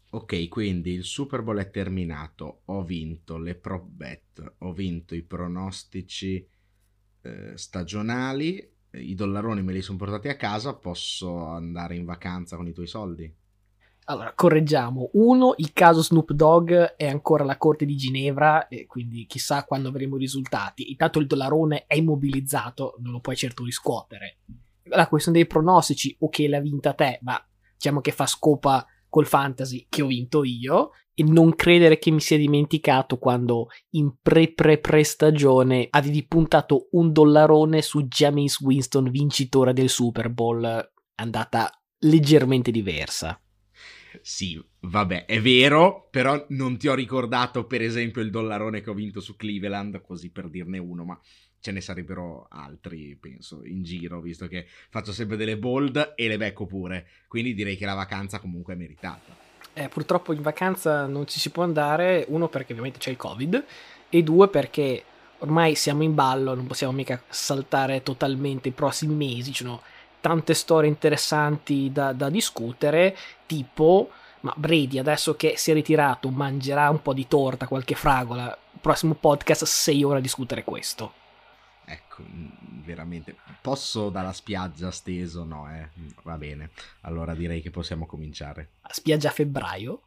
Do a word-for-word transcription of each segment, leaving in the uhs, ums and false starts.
Ok, quindi il Super Bowl è terminato, ho vinto le prop bet, ho vinto i pronostici eh, stagionali, i dollaroni me li sono portati a casa, posso andare in vacanza con i tuoi soldi? Allora, correggiamo. Uno, il caso Snoop Dogg è ancora alla Corte di Ginevra e quindi chissà quando avremo i risultati. Intanto il dollarone è immobilizzato, non lo puoi certo riscuotere. La questione dei pronostici, ok, l'ha vinta te, ma diciamo che fa scopa col fantasy che ho vinto io. E non credere che mi sia dimenticato quando in pre-pre-pre stagione avevi puntato un dollarone su Jameis Winston, vincitore del Super Bowl, andata leggermente diversa. Sì, vabbè, è vero, però non ti ho ricordato per esempio il dollarone che ho vinto su Cleveland, così per dirne uno, ma ce ne sarebbero altri, penso, in giro, visto che faccio sempre delle bold e le becco pure, quindi direi che la vacanza comunque è meritata. Eh, purtroppo in vacanza non ci si può andare, uno perché ovviamente c'è il Covid e due perché ormai siamo in ballo, non possiamo mica saltare totalmente i prossimi mesi, ci sono tante storie interessanti da, da discutere, tipo, ma Brady adesso che si è ritirato mangerà un po' di torta, qualche fragola, prossimo podcast sei ore a discutere questo. Ecco, mm, veramente, posso dalla spiaggia steso? No, eh, mm, va bene, allora direi che possiamo cominciare. A spiaggia a febbraio.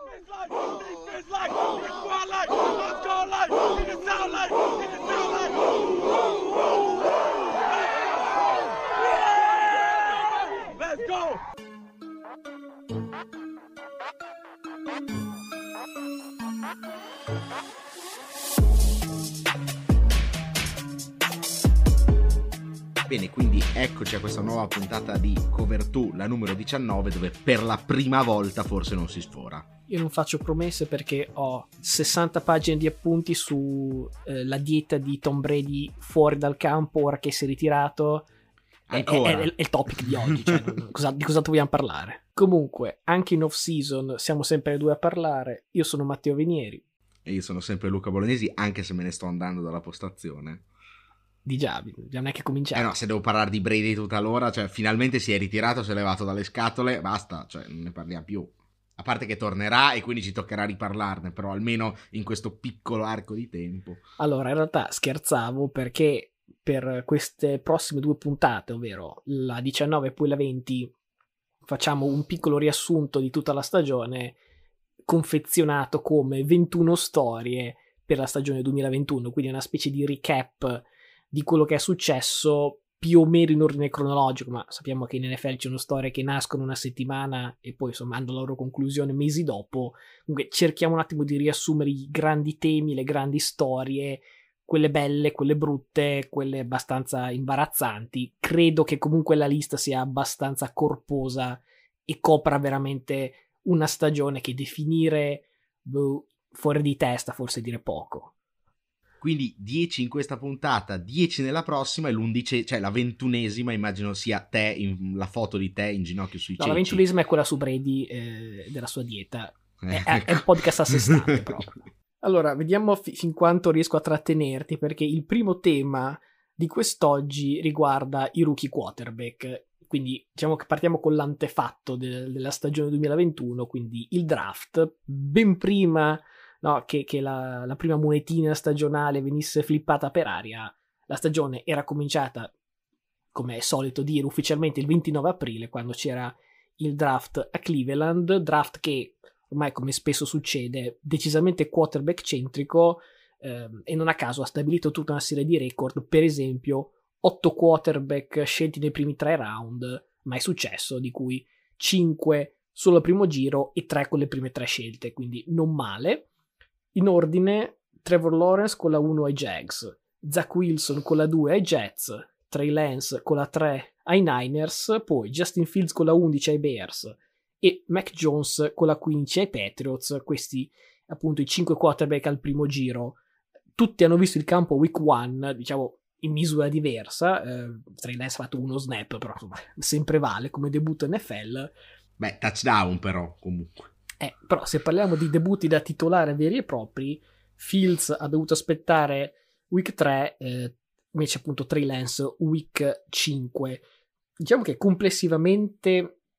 Bene, quindi eccoci a questa nuova puntata di Cover due, la numero diciannove, dove per la prima volta forse non si sfora. Io non faccio promesse perché ho sessanta pagine di appunti su eh, la dieta di Tom Brady fuori dal campo ora che si è ritirato. È, è, è, Ancora? è il topic di oggi, cioè, cosa, di cosa vogliamo parlare? Comunque, anche in off season siamo sempre due a parlare. Io sono Matteo Venieri. E io sono sempre Luca Bolognesi, anche se me ne sto andando dalla postazione. Di già, non è che Eh no, cominciato. se devo parlare di Brady tutta l'ora, cioè finalmente si è ritirato, si è levato dalle scatole, basta, cioè non ne parliamo più. A parte che tornerà e quindi ci toccherà riparlarne, però almeno in questo piccolo arco di tempo. Allora, in realtà scherzavo perché per queste prossime due puntate, ovvero la diciannove e poi la venti, facciamo un piccolo riassunto di tutta la stagione confezionato come ventuno storie per la stagione duemilaventuno, quindi una specie di recap di quello che è successo più o meno in ordine cronologico, ma sappiamo che in N F L ci sono storie che nascono una settimana e poi insomma hanno la loro conclusione mesi dopo. Comunque cerchiamo un attimo di riassumere i grandi temi, le grandi storie, quelle belle, quelle brutte, quelle abbastanza imbarazzanti. Credo che comunque la lista sia abbastanza corposa e copra veramente una stagione che definire boh, fuori di testa forse dire poco. Quindi dieci in questa puntata, dieci nella prossima e l'undicesima, cioè la ventunesima immagino sia te, in, la foto di te in ginocchio sui No, la ceci. ventunesima è quella su Brady eh, della sua dieta. È, Eh, è, è ecco. un podcast a sé stante proprio. Allora, vediamo fi- fin quanto riesco a trattenerti, perché il primo tema di quest'oggi riguarda i rookie quarterback. Quindi diciamo che partiamo con l'antefatto de- della stagione duemilaventuno, quindi il draft. Ben prima no, che, che la, la prima monetina stagionale venisse flippata per aria, la stagione era cominciata, come è solito dire, ufficialmente il ventinove aprile, quando c'era il draft a Cleveland, draft che ormai come spesso succede decisamente quarterback centrico ehm, e non a caso ha stabilito tutta una serie di record, per esempio otto quarterback scelti nei primi tre round, mai successo, di cui cinque solo al primo giro e tre con le prime tre scelte, quindi non male. In ordine, Trevor Lawrence con la uno ai Jags, Zach Wilson con la due ai Jets, Trey Lance con la tre ai Niners, poi Justin Fields con la undici ai Bears e Mac Jones con la quindici ai Patriots. Questi appunto i cinque quarterback al primo giro. Tutti hanno visto il campo week one, diciamo in misura diversa. eh, Trey Lance ha fatto uno snap, però insomma, sempre vale come debutto N F L. Beh, touchdown però, comunque. Eh, però se parliamo di debutti da titolare veri e propri, Fields ha dovuto aspettare week tre, eh, invece appunto Trey Lance week cinque. Diciamo che complessivamente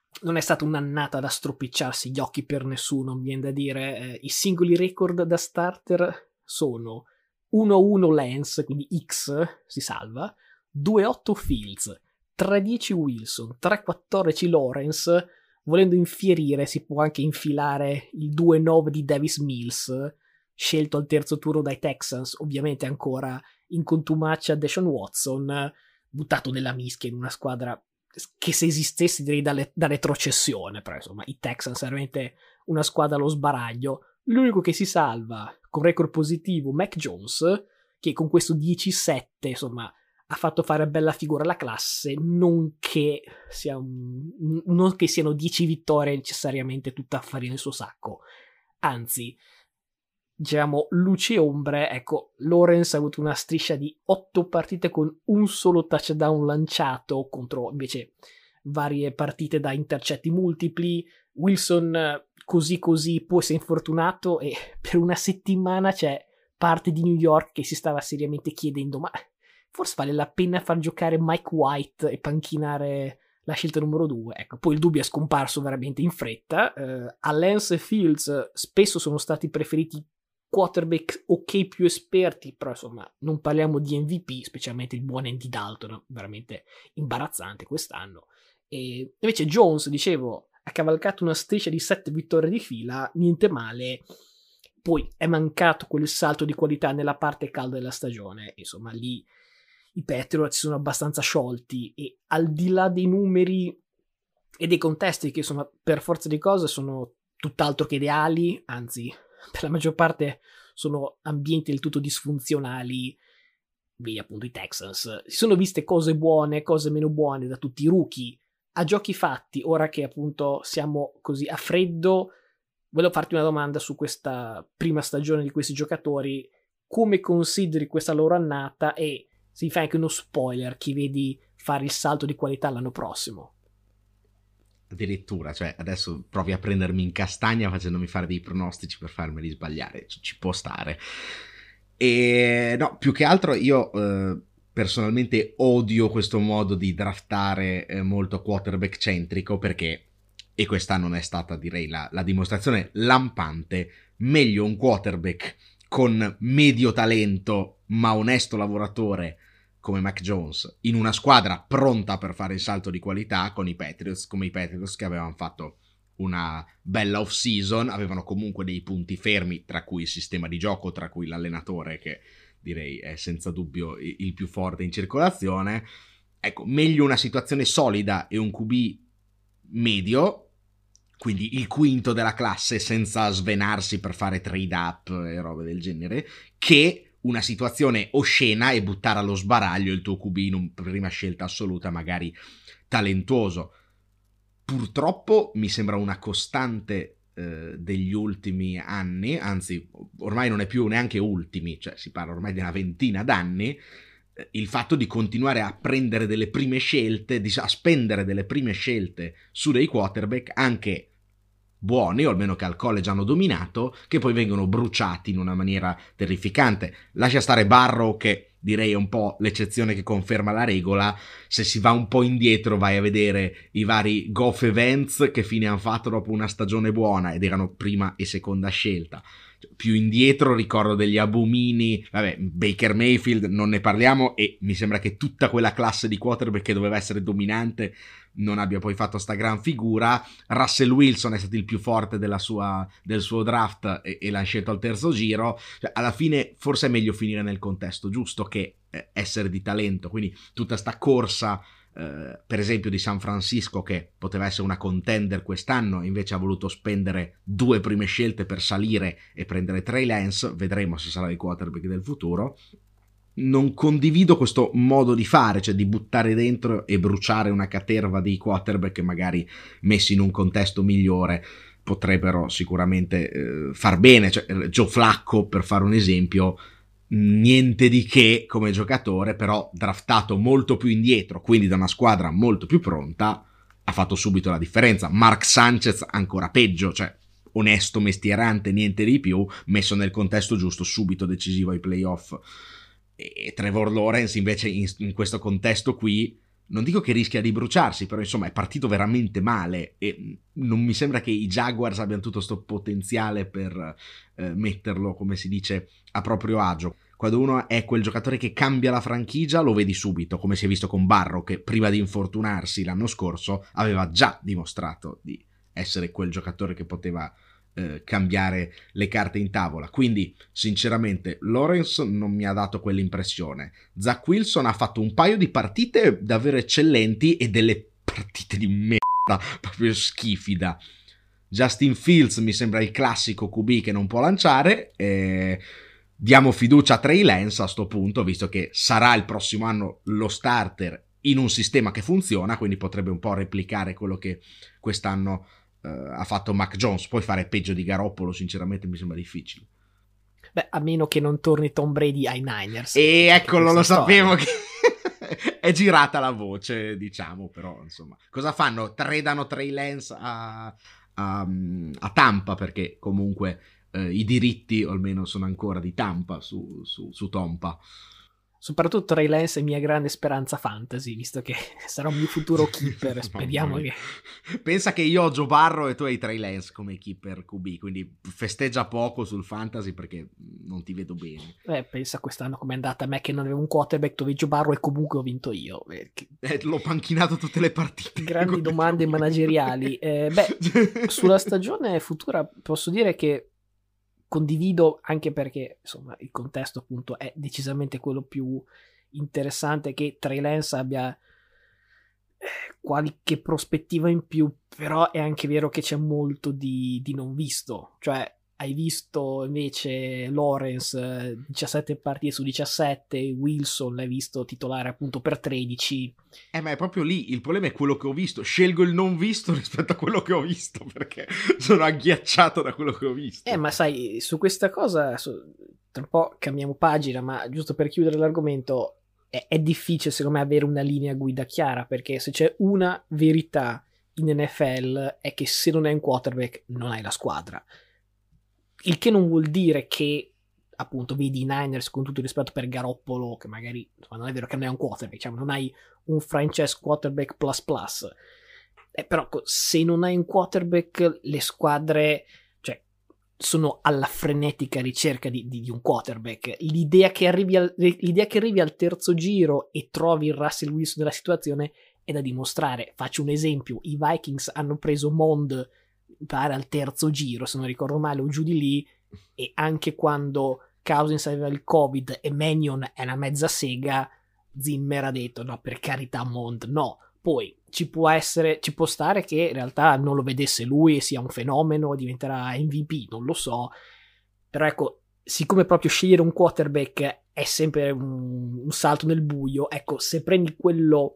non è stata un'annata da stropicciarsi gli occhi per nessuno, mi viene da dire. Eh, i singoli record da starter sono uno uno Lance, quindi X si salva, due otto Fields, tre dieci Wilson, tre quattordici Lawrence. Volendo infierire si può anche infilare il due nove di Davis Mills, scelto al terzo turno dai Texans, ovviamente ancora in contumacia Deshaun Watson, buttato nella mischia in una squadra che se esistesse direi da, da retrocessione, però insomma i Texans veramente una squadra allo sbaraglio. L'unico che si salva con record positivo, Mac Jones, che con questo dieci sette insomma ha fatto fare bella figura alla classe, non che, sia un, non che siano dieci vittorie necessariamente tutta a farina nel suo sacco, anzi, diciamo, luce e ombre. Ecco, Lawrence ha avuto una striscia di otto partite con un solo touchdown lanciato contro invece varie partite da intercetti multipli. Wilson così così, poi si è infortunato e per una settimana c'è parte di New York che si stava seriamente chiedendo ma forse vale la pena far giocare Mike White e panchinare la scelta numero due. Ecco, poi il dubbio è scomparso veramente in fretta. Uh, a Lance e Fields spesso sono stati preferiti quarterback ok più esperti, però insomma non parliamo di M V P, specialmente il buon Andy Dalton, veramente imbarazzante quest'anno. E invece Jones, dicevo, ha cavalcato una striscia di sette vittorie di fila, niente male. Poi è mancato quel salto di qualità nella parte calda della stagione, insomma lì i Patriots si sono abbastanza sciolti e al di là dei numeri e dei contesti che insomma per forza di cose sono tutt'altro che ideali, anzi per la maggior parte sono ambienti del tutto disfunzionali, lì appunto i Texans, si sono viste cose buone, cose meno buone da tutti i rookie, a giochi fatti. Ora che appunto siamo così a freddo, volevo farti una domanda su questa prima stagione di questi giocatori, come consideri questa loro annata e se mi fai anche uno spoiler chi vedi fare il salto di qualità l'anno prossimo. Addirittura, cioè adesso provi a prendermi in castagna facendomi fare dei pronostici per farmeli sbagliare, ci, ci può stare. E no, più che altro io eh, personalmente odio questo modo di draftare eh, molto quarterback centrico, perché, e quest'anno non è stata direi la, la dimostrazione lampante, meglio un quarterback con medio talento ma onesto lavoratore come Mac Jones in una squadra pronta per fare il salto di qualità con i Patriots, come i Patriots che avevano fatto una bella off season, avevano comunque dei punti fermi, tra cui il sistema di gioco, tra cui l'allenatore che direi è senza dubbio il più forte in circolazione. Ecco, meglio una situazione solida e un Q B medio, quindi il quinto della classe senza svenarsi per fare trade up e robe del genere, che una situazione oscena e buttare allo sbaraglio il tuo Q B in un prima scelta assoluta, magari talentuoso. Purtroppo mi sembra una costante eh, degli ultimi anni, anzi ormai non è più neanche ultimi, cioè si parla ormai di una ventina d'anni, eh, il fatto di continuare a prendere delle prime scelte, di, a spendere delle prime scelte su dei quarterback anche buoni, o almeno che al college hanno dominato, che poi vengono bruciati in una maniera terrificante. Lascia stare Barrow, che direi è un po' l'eccezione che conferma la regola. Se si va un po' indietro vai a vedere i vari Goff Events che fine hanno fatto dopo una stagione buona ed erano prima e seconda scelta. Più indietro ricordo degli abomini, vabbè, Baker Mayfield non ne parliamo, e mi sembra che tutta quella classe di quarterback che doveva essere dominante non abbia poi fatto sta gran figura. Russell Wilson è stato il più forte della sua, del suo draft e, e l'ha scelto al terzo giro. Cioè, alla fine forse è meglio finire nel contesto giusto che eh, essere di talento, quindi tutta sta corsa Uh, per esempio di San Francisco, che poteva essere una contender quest'anno, invece ha voluto spendere due prime scelte per salire e prendere Trey Lance. Vedremo se sarà il quarterback del futuro. Non condivido questo modo di fare, cioè di buttare dentro e bruciare una caterva di quarterback che magari messi in un contesto migliore potrebbero sicuramente uh, far bene. Cioè, Joe Flacco, per fare un esempio, niente di che come giocatore, però draftato molto più indietro, quindi da una squadra molto più pronta, ha fatto subito la differenza. Mark Sanchez ancora peggio, cioè onesto, mestierante, niente di più, messo nel contesto giusto, subito decisivo ai playoff. E Trevor Lawrence invece in, in questo contesto qui non dico che rischia di bruciarsi, però insomma è partito veramente male e non mi sembra che i Jaguars abbiano tutto sto potenziale per eh, metterlo, come si dice, a proprio agio. Quando uno è quel giocatore che cambia la franchigia, lo vedi subito, come si è visto con Barrow, che prima di infortunarsi l'anno scorso aveva già dimostrato di essere quel giocatore che poteva eh, cambiare le carte in tavola. Quindi sinceramente Lawrence non mi ha dato quell'impressione. Zach Wilson ha fatto un paio di partite davvero eccellenti e delle partite di merda proprio schifida. Justin Fields mi sembra il classico Q B che non può lanciare e diamo fiducia a Trey Lance a sto punto, visto che sarà il prossimo anno lo starter in un sistema che funziona, quindi potrebbe un po' replicare quello che quest'anno Uh, ha fatto Mac Jones. Poi fare peggio di Garoppolo sinceramente mi sembra difficile. Beh, a meno che non torni Tom Brady ai Niners. E eccolo, lo sapevo che è girata la voce, diciamo, però insomma, cosa fanno? Tradano Trey Lance a, a, a Tampa, perché comunque eh, i diritti o almeno sono ancora di Tampa su, su, su Tompa. Soprattutto Trey Lance è mia grande speranza fantasy, visto che sarà un mio futuro keeper. Speriamo che... Pensa che io ho Joe Barrow e tu hai Trey Lance come keeper Q B, quindi festeggia poco sul fantasy perché non ti vedo bene. Eh, pensa quest'anno com'è andata a me che non avevo un quarterback dove Joe Barrow e comunque ho vinto io. Eh, l'ho panchinato tutte le partite. Grandi domande manageriali. Eh, beh, sulla stagione futura posso dire che condivido, anche perché insomma il contesto appunto è decisamente quello più interessante, che Trey Lance abbia qualche prospettiva in più, però è anche vero che c'è molto di, di non visto. Cioè hai visto invece Lawrence diciassette partite su diciassette, Wilson l'hai visto titolare appunto per tredici. Eh ma è proprio lì, il problema è quello che ho visto, scelgo il non visto rispetto a quello che ho visto perché sono agghiacciato da quello che ho visto. Eh ma sai, su questa cosa su, tra un po' cambiamo pagina, ma giusto per chiudere l'argomento, è, è difficile secondo me avere una linea guida chiara, perché se c'è una verità in N F L è che se non hai un quarterback non hai la squadra. Il che non vuol dire che, appunto, vedi i Niners, con tutto il rispetto per Garoppolo, che magari insomma, non è vero che non è un quarterback, diciamo, non hai un franchise quarterback plus plus. Eh, però se non hai un quarterback, le squadre, cioè, sono alla frenetica ricerca di, di, di un quarterback. L'idea che, arrivi al, l'idea che arrivi al terzo giro e trovi il Russell Wilson della situazione è da dimostrare. Faccio un esempio: i Vikings hanno preso Mond pare al terzo giro, se non ricordo male, o giù di lì, e anche quando Cousins aveva il Covid e Mannion è una mezza sega, Zimmer ha detto no, per carità Mond no. Poi ci può essere, ci può stare che in realtà non lo vedesse lui e sia un fenomeno, diventerà M V P, non lo so, però ecco, siccome proprio scegliere un quarterback è sempre un, un salto nel buio, ecco, se prendi quello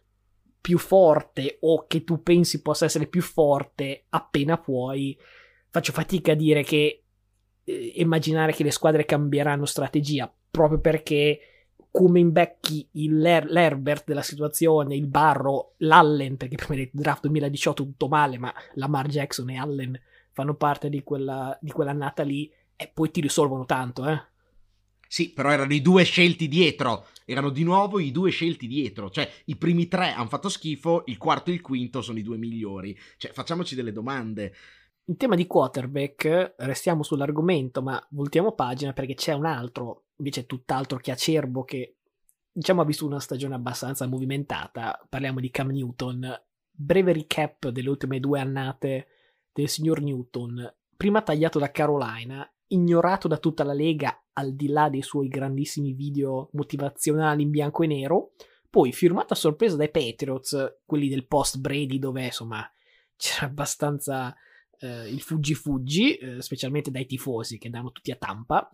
più forte o che tu pensi possa essere più forte appena puoi, faccio fatica a dire che eh, immaginare che le squadre cambieranno strategia, proprio perché come invecchi il Ler- l'Herbert della situazione, il Barrow, l'Allen, perché prima del draft duemiladiciotto tutto male, ma Lamar Jackson e Allen fanno parte di quella di quell'annata lì, e poi ti risolvono tanto, eh. Sì, però erano i due scelti dietro, erano di nuovo i due scelti dietro, cioè i primi tre hanno fatto schifo, il quarto e il quinto sono i due migliori, cioè facciamoci delle domande. In tema di quarterback restiamo sull'argomento, ma voltiamo pagina perché c'è un altro, invece tutt'altro che acerbo, che diciamo ha visto una stagione abbastanza movimentata. Parliamo di Cam Newton. Breve recap delle ultime due annate del signor Newton: prima tagliato da Carolina, ignorato da tutta la lega al di là dei suoi grandissimi video motivazionali in bianco e nero, poi firmato a sorpresa dai Patriots, quelli del post Brady, dove insomma c'era abbastanza eh, il fuggi fuggi, eh, specialmente dai tifosi che andavano tutti a Tampa.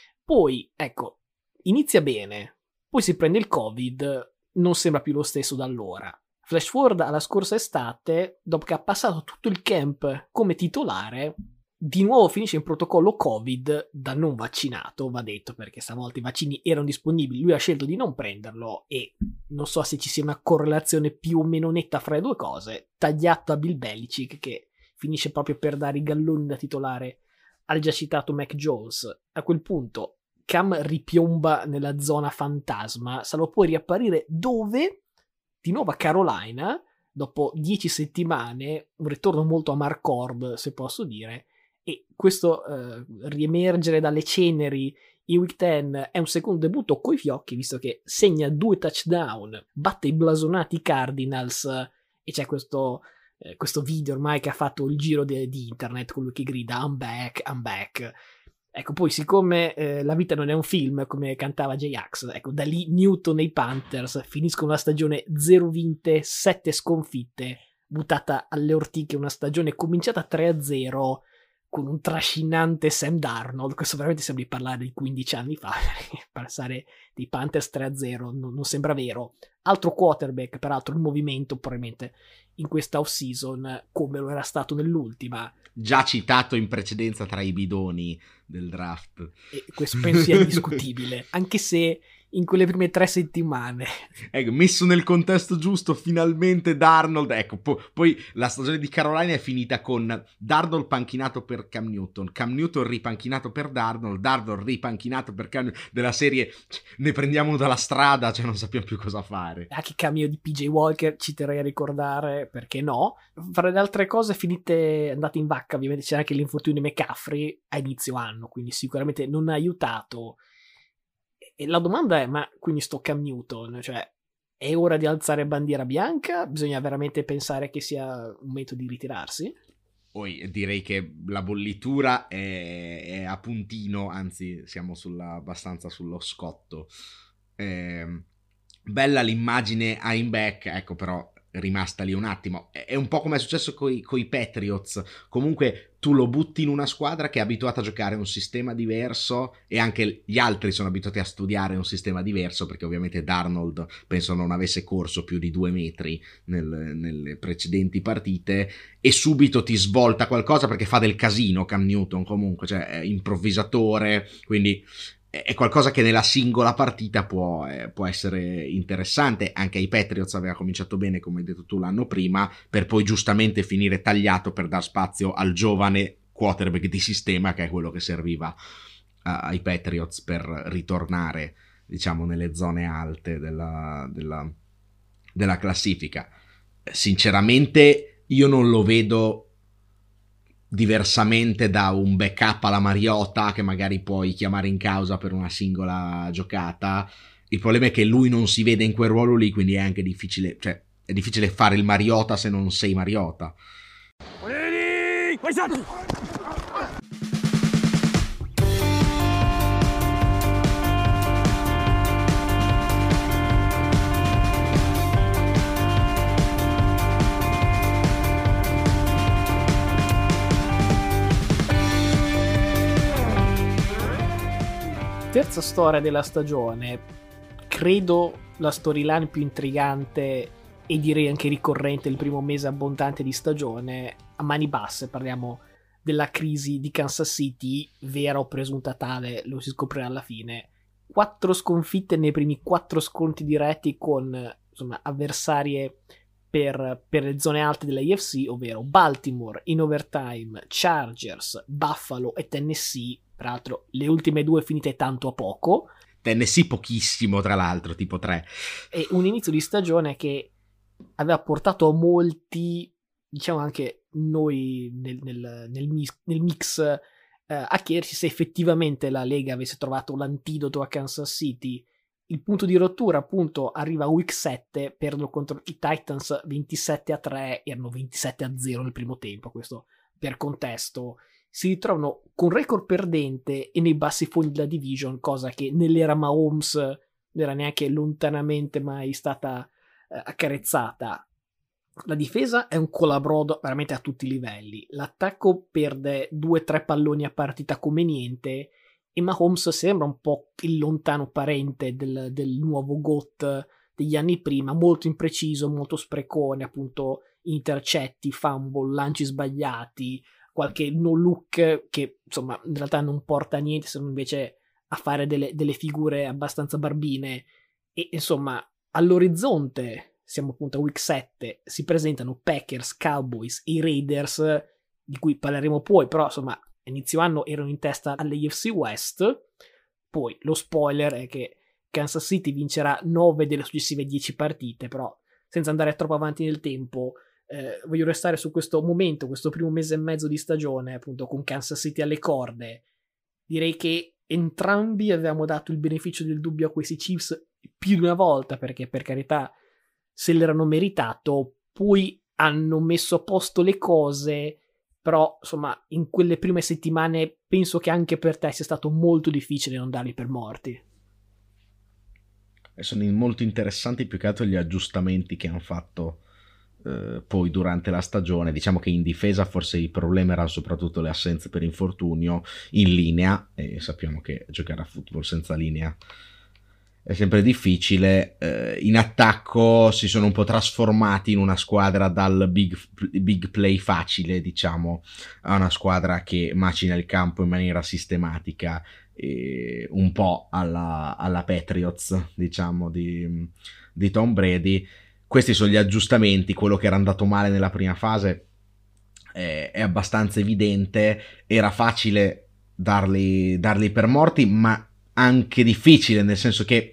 Poi ecco, inizia bene, poi si prende il Covid, non sembra più lo stesso da allora. Flash forward alla scorsa estate, dopo che ha passato tutto il camp come titolare, di nuovo finisce in protocollo Covid da non vaccinato, va detto, perché stavolta i vaccini erano disponibili, lui ha scelto di non prenderlo, e non so se ci sia una correlazione più o meno netta fra le due cose. Tagliato a Bill Belichick, che finisce proprio per dare i galloni da titolare al già citato Mac Jones. A quel punto Cam ripiomba nella zona fantasma, salvo poi riapparire dove? di nuovo a Carolina, dopo dieci settimane, un ritorno molto a Marcord, se posso dire, e questo eh, riemergere dalle ceneri in week dieci è un secondo debutto coi fiocchi, visto che segna due touchdown, batte i blasonati Cardinals, e c'è questo, eh, questo video ormai che ha fatto il giro de- di internet, quello che grida I'm back, I'm back. Ecco, poi siccome eh, la vita non è un film, come cantava J-Ax, ecco, da lì Newton e i Panthers finiscono la stagione zero vinte, sette sconfitte, buttata alle ortiche, una stagione cominciata tre a zero, con un trascinante Sam Darnold. Questo veramente sembra di parlare di quindici anni fa, passare dei Panthers tre a zero non, non sembra vero. Altro quarterback, peraltro in movimento probabilmente in questa off-season, come lo era stato nell'ultima. Già citato in precedenza tra i bidoni del draft. E questo penso sia indiscutibile, anche se in quelle prime tre settimane. Ecco, messo nel contesto giusto, finalmente Darnold. Ecco, po- poi la stagione di Carolina è finita con Darnold panchinato per Cam Newton, Cam Newton ripanchinato per Darnold, Darnold ripanchinato per Cam Newton, della serie ne prendiamo uno dalla strada, cioè non sappiamo più cosa fare. Anche il cameo di P J Walker ci terrei a ricordare, perché no. Fra le altre cose finite, andate in vacca, ovviamente c'era anche l'infortunio di McCaffrey a inizio anno, quindi sicuramente non ha aiutato. E la domanda è, ma quindi sto Cam Newton, cioè è ora di alzare bandiera bianca? Bisogna veramente pensare che sia un metodo di ritirarsi? Poi direi che la bollitura è, è a puntino, anzi siamo sulla, abbastanza sullo scotto. Eh, bella l'immagine I'm back, ecco, però rimasta lì un attimo. È un po' come è successo coi, coi Patriots. Comunque tu lo butti in una squadra che è abituata a giocare un sistema diverso, e anche gli altri sono abituati a studiare un sistema diverso, perché ovviamente Darnold penso non avesse corso più di due metri nel, nelle precedenti partite, e subito ti svolta qualcosa perché fa del casino Cam Newton, comunque, cioè è improvvisatore, quindi è qualcosa che nella singola partita può, eh, può essere interessante. Anche ai Patriots aveva cominciato bene, come hai detto tu, l'anno prima, per poi giustamente finire tagliato per dar spazio al giovane quarterback di sistema, che è quello che serviva uh, ai Patriots per ritornare, diciamo, nelle zone alte della, della, della classifica. Sinceramente io non lo vedo diversamente da un backup alla Mariota che magari puoi chiamare in causa per una singola giocata. Il problema è che lui non si vede in quel ruolo lì, quindi è anche difficile, cioè è difficile fare il Mariota se non sei Mariota. Terza storia della stagione, credo la storyline più intrigante e direi anche ricorrente il primo mese abbondante di stagione. A mani basse parliamo della crisi di Kansas City, vera o presunta tale, lo si scoprirà alla fine. Quattro sconfitte nei primi quattro scontri diretti con, insomma, avversarie per, per le zone alte della A F C, ovvero Baltimore in overtime, Chargers, Buffalo e Tennessee. Peraltro le ultime due finite tanto a poco. Tennessee pochissimo, tra l'altro, tipo tre. E un inizio di stagione che aveva portato a molti, diciamo anche noi nel, nel, nel mix, nel mix eh, a chiedersi se effettivamente la Lega avesse trovato l'antidoto a Kansas City. Il punto di rottura appunto arriva a week sette, perdono contro i Titans ventisette a tre, erano ventisette a zero nel primo tempo, questo per contesto. Si ritrovano con record perdente e nei bassi fondi della division, cosa che nell'era Mahomes non era neanche lontanamente mai stata eh, accarezzata. La difesa è un colabrodo veramente a tutti i livelli. L'attacco perde due tre palloni a partita come niente, e Mahomes sembra un po' il lontano parente del, del nuovo GOAT degli anni prima, molto impreciso, molto sprecone, appunto intercetti, fumble, lanci sbagliati, qualche no look che insomma in realtà non porta a niente, se non invece a fare delle, delle figure abbastanza barbine. E insomma all'orizzonte, siamo appunto a week sette, si presentano Packers, Cowboys e Raiders, di cui parleremo poi, però insomma inizio anno erano in testa alle A F C West. Poi lo spoiler è che Kansas City vincerà nove delle successive dieci partite, però senza andare troppo avanti nel tempo, eh, voglio restare su questo momento, questo primo mese e mezzo di stagione, appunto con Kansas City alle corde. Direi che entrambi avevamo dato il beneficio del dubbio a questi Chiefs più di una volta, perché per carità se l'erano meritato, poi hanno messo a posto le cose, però insomma in quelle prime settimane penso che anche per te sia stato molto difficile non darli per morti. E sono molto interessanti più che altro gli aggiustamenti che hanno fatto eh, poi durante la stagione. Diciamo che in difesa forse il problema era soprattutto le assenze per infortunio, in linea, e sappiamo che giocare a football senza linea è sempre difficile. Eh, in attacco si sono un po' trasformati in una squadra dal big, big play facile, diciamo, a una squadra che macina il campo in maniera sistematica, e un po' alla, alla Patriots, diciamo, di, di Tom Brady. Questi sono gli aggiustamenti. Quello che era andato male nella prima fase è, è abbastanza evidente. Era facile darli, darli per morti, ma anche difficile, nel senso che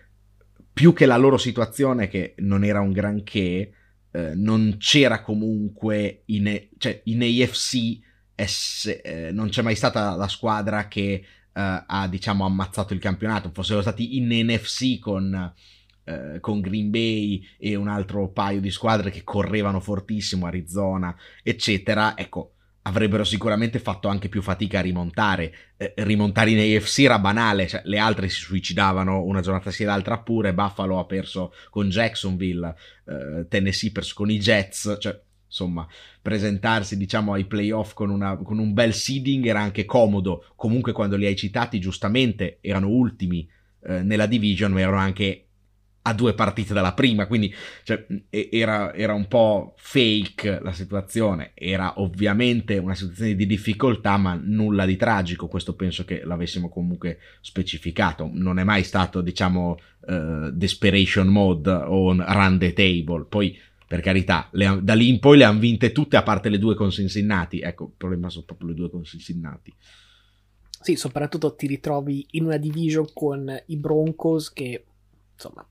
più che la loro situazione, che non era un granché, eh, non c'era comunque in, cioè in A F C S, eh, non c'è mai stata la squadra che Uh, ha diciamo ammazzato il campionato. Fossero stati in N F C con, uh, con Green Bay e un altro paio di squadre che correvano fortissimo, Arizona eccetera, ecco, avrebbero sicuramente fatto anche più fatica a rimontare. Eh, rimontare in A F C era banale, cioè, le altre si suicidavano una giornata sì e l'altra pure. Buffalo ha perso con Jacksonville, uh, Tennessee ha perso con i Jets, cioè insomma, presentarsi diciamo ai playoff con, una, con un bel seeding era anche comodo. Comunque quando li hai citati giustamente erano ultimi eh, nella division, ma erano anche a due partite dalla prima, quindi cioè, era, era un po' fake la situazione. Era ovviamente una situazione di difficoltà, ma nulla di tragico. Questo penso che l'avessimo comunque specificato. Non è mai stato diciamo uh, desperation mode o run the table. Poi per carità, le, da lì in poi le hanno vinte tutte a parte le due con Cincinnati. Ecco, il problema sono proprio le due con Cincinnati. Sì, soprattutto ti ritrovi in una division con i Broncos che, insomma,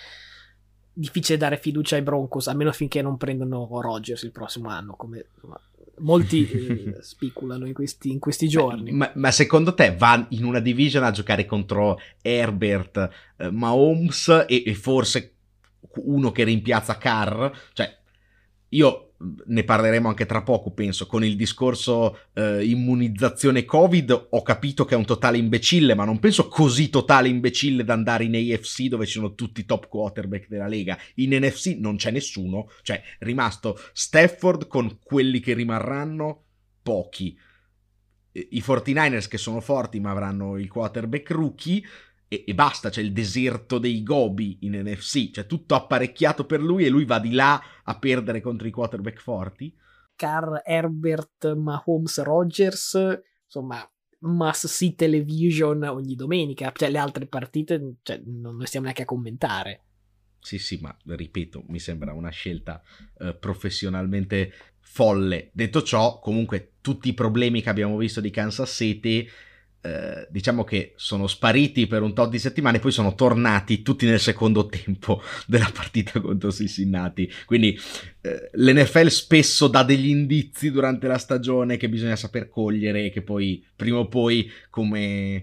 difficile dare fiducia ai Broncos, almeno finché non prendono Rodgers il prossimo anno, come insomma, molti eh, speculano in questi, in questi giorni. Ma, ma secondo te va in una division a giocare contro Herbert, eh, Mahomes e, e forse uno che rimpiazza Carr? Cioè, io ne parleremo anche tra poco, penso, con il discorso eh, immunizzazione Covid. Ho capito che è un totale imbecille, ma non penso così totale imbecille da andare in A F C dove ci sono tutti i top quarterback della Lega. In N F C non c'è nessuno, cioè è rimasto Stafford con quelli che rimarranno pochi, i quarantanovers che sono forti ma avranno il quarterback rookie e, e basta. C'è il deserto dei Gobi in N F C, c'è tutto apparecchiato per lui e lui va di là a perdere contro i quarterback forti. Carr, Herbert, Mahomes, Rodgers, insomma, must see television ogni domenica. Cioè le altre partite, cioè, non ne stiamo neanche a commentare. Sì, sì, ma ripeto, mi sembra una scelta eh, professionalmente folle. Detto ciò, comunque tutti i problemi che abbiamo visto di Kansas City eh, diciamo che sono spariti per un tot di settimane, poi sono tornati tutti nel secondo tempo della partita contro Cincinnati. Quindi eh, l'N F L spesso dà degli indizi durante la stagione che bisogna saper cogliere e che poi prima o poi come,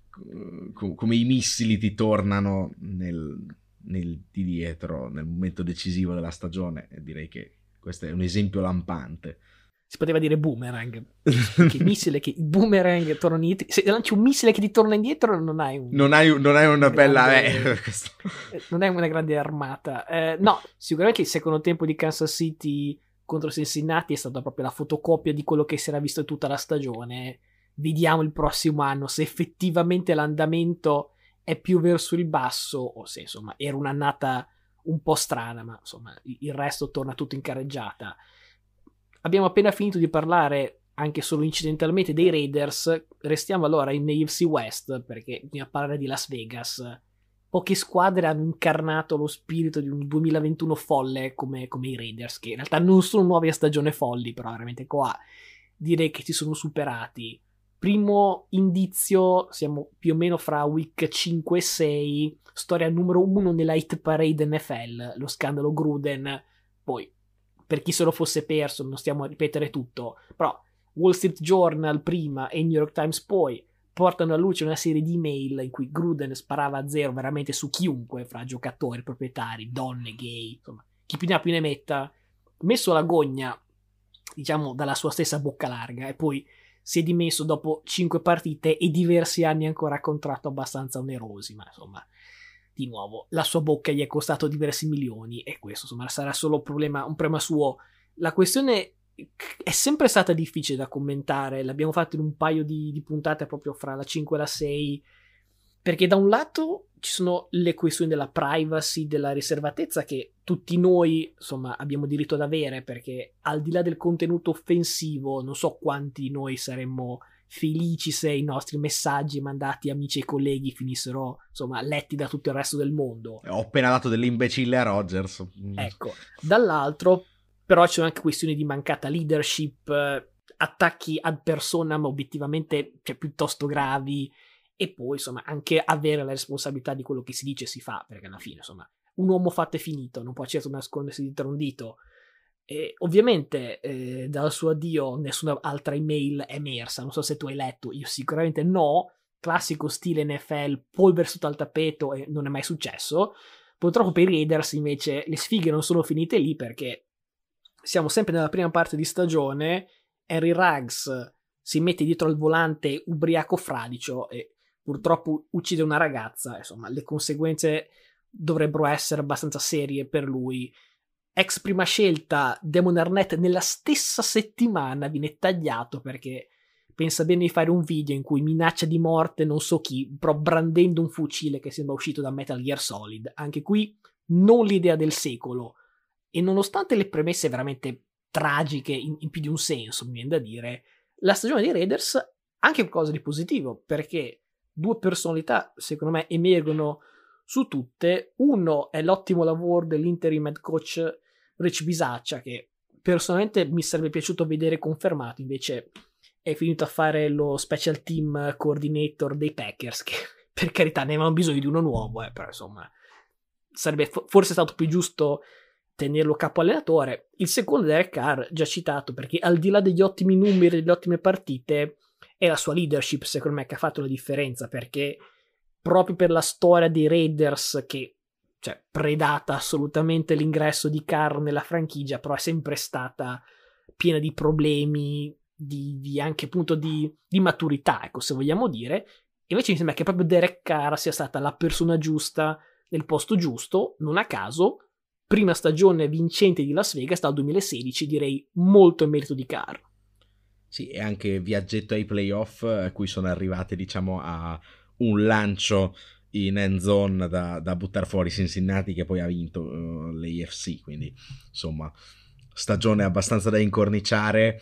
come i missili ti tornano nel, nel di dietro nel momento decisivo della stagione. E direi che questo è un esempio lampante. Si poteva dire boomerang, che il missile che il boomerang torna indietro. Se lanci un missile che ti torna indietro non hai un, non hai, non hai una bella grande, eh, non hai una grande armata. Eh, no, sicuramente il secondo tempo di Kansas City contro Cincinnati è stata proprio la fotocopia di quello che si era visto tutta la stagione. Vediamo il prossimo anno se effettivamente l'andamento è più verso il basso o se insomma era un'annata un po' strana, ma insomma il resto torna tutto in carreggiata. Abbiamo appena finito di parlare, anche solo incidentalmente, dei Raiders. Restiamo allora in A F C West, perché bisogna parlare di Las Vegas. Poche squadre hanno incarnato lo spirito di un duemilaventuno folle come, come i Raiders, che in realtà non sono nuovi a stagione folli, però veramente qua direi che si sono superati. primo indizio, siamo più o meno fra week cinque e sei, storia numero uno nella hit parade N F L, lo scandalo Gruden. Poi, per chi se lo fosse perso, non stiamo a ripetere tutto, però Wall Street Journal prima e New York Times poi portano a luce una serie di email in cui Gruden sparava a zero veramente su chiunque, fra giocatori, proprietari, donne, gay, insomma, chi più ne ha più ne metta, messo alla gogna, diciamo, dalla sua stessa bocca larga, e poi si è dimesso dopo cinque partite e diversi anni ancora a contratto abbastanza onerosi, ma insomma, di nuovo, la sua bocca gli è costato diversi milioni, e questo insomma sarà solo un problema, un problema suo. La questione è sempre stata difficile da commentare, l'abbiamo fatto in un paio di, di puntate proprio fra la cinque e la sei, perché da un lato ci sono le questioni della privacy, della riservatezza che tutti noi insomma abbiamo diritto ad avere, perché al di là del contenuto offensivo non so quanti di noi saremmo felici se i nostri messaggi mandati amici e colleghi finissero insomma letti da tutto il resto del mondo. Ho appena dato dell'imbecille a Rodgers. Ecco, dall'altro però ci sono anche questioni di mancata leadership, attacchi ad personam obiettivamente cioè, piuttosto gravi, e poi insomma anche avere la responsabilità di quello che si dice e si fa, perché alla fine insomma un uomo fatto e finito non può certo nascondersi dietro un dito. E ovviamente eh, dal suo addio nessuna altra email è emersa, non so se tu hai letto, io sicuramente no, classico stile N F L, polvere sotto al tappeto, e non è mai successo. Purtroppo per i Raiders invece le sfighe non sono finite lì, perché siamo sempre nella prima parte di stagione, Henry Ruggs si mette dietro al volante ubriaco fradicio e purtroppo uccide una ragazza, insomma le conseguenze dovrebbero essere abbastanza serie per lui. Ex prima scelta Damon Arnett nella stessa settimana viene tagliato perché pensa bene di fare un video in cui minaccia di morte non so chi, però brandendo un fucile che sembra uscito da Metal Gear Solid. Anche qui non l'idea del secolo, e nonostante le premesse veramente tragiche in, in più di un senso, mi viene da dire, la stagione dei Raiders ha anche qualcosa di positivo, perché due personalità secondo me emergono su tutte. Uno è l'ottimo lavoro dell'interim head coach Rich Bisaccia, che personalmente mi sarebbe piaciuto vedere confermato, invece è finito a fare lo special team coordinator dei Packers, che per carità ne avevano bisogno di uno nuovo, eh, però insomma sarebbe forse stato più giusto tenerlo capo allenatore. Il secondo è Derek Carr, già citato, perché al di là degli ottimi numeri, delle ottime partite, è la sua leadership secondo me che ha fatto la differenza, perché proprio per la storia dei Raiders, che cioè predata assolutamente l'ingresso di Carr nella franchigia, però è sempre stata piena di problemi, di, di anche appunto di, di maturità, ecco, se vogliamo dire. Invece mi sembra che proprio Derek Carr sia stata la persona giusta nel posto giusto, non a caso prima stagione vincente di Las Vegas dal duemilasedici, direi molto in merito di Carr. Sì, e anche viaggetto ai playoff a cui sono arrivate, diciamo, a un lancio in end zone da, da buttare fuori Cincinnati, che poi ha vinto uh, l'A F C, quindi insomma stagione abbastanza da incorniciare.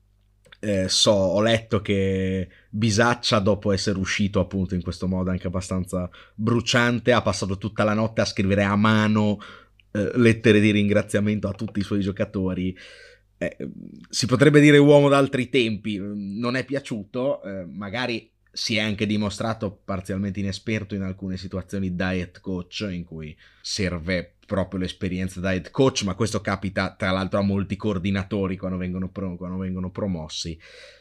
Eh, so, ho letto che Bisaccia, dopo essere uscito appunto in questo modo anche abbastanza bruciante, ha passato tutta la notte a scrivere a mano eh, lettere di ringraziamento a tutti i suoi giocatori. Eh, si potrebbe dire uomo d'altri tempi, non è piaciuto, eh, magari si è anche dimostrato parzialmente inesperto in alcune situazioni da head coach, in cui serve proprio l'esperienza da head coach, ma questo capita tra l'altro a molti coordinatori quando vengono, pro- quando vengono promossi.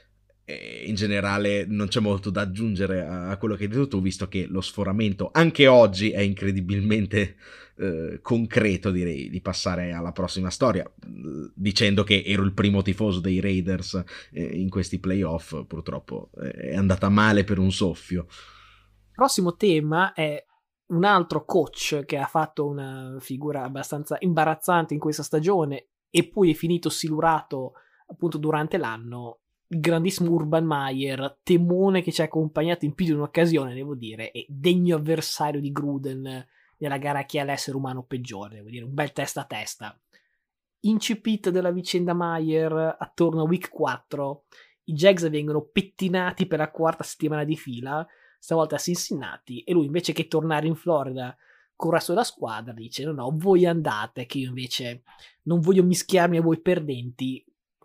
E in generale non c'è molto da aggiungere a quello che hai detto tu, visto che lo sforamento anche oggi è incredibilmente eh, concreto, direi, di passare alla prossima storia, dicendo che ero il primo tifoso dei Raiders eh, in questi playoff. Purtroppo eh, è andata male per un soffio. Prossimo tema è un altro coach che ha fatto una figura abbastanza imbarazzante in questa stagione e poi è finito silurato appunto durante l'anno. Il grandissimo Urban Meyer, temone che ci ha accompagnato in più di un'occasione, devo dire, e degno avversario di Gruden nella gara chi è l'essere umano peggiore, devo dire, un bel testa a testa. Incipit della vicenda Meyer attorno a week quattro, i Jags vengono pettinati per la quarta settimana di fila, stavolta a Cincinnati, e lui invece che tornare in Florida con il resto della squadra dice no no, voi andate, che io invece non voglio mischiarmi a voi perdenti,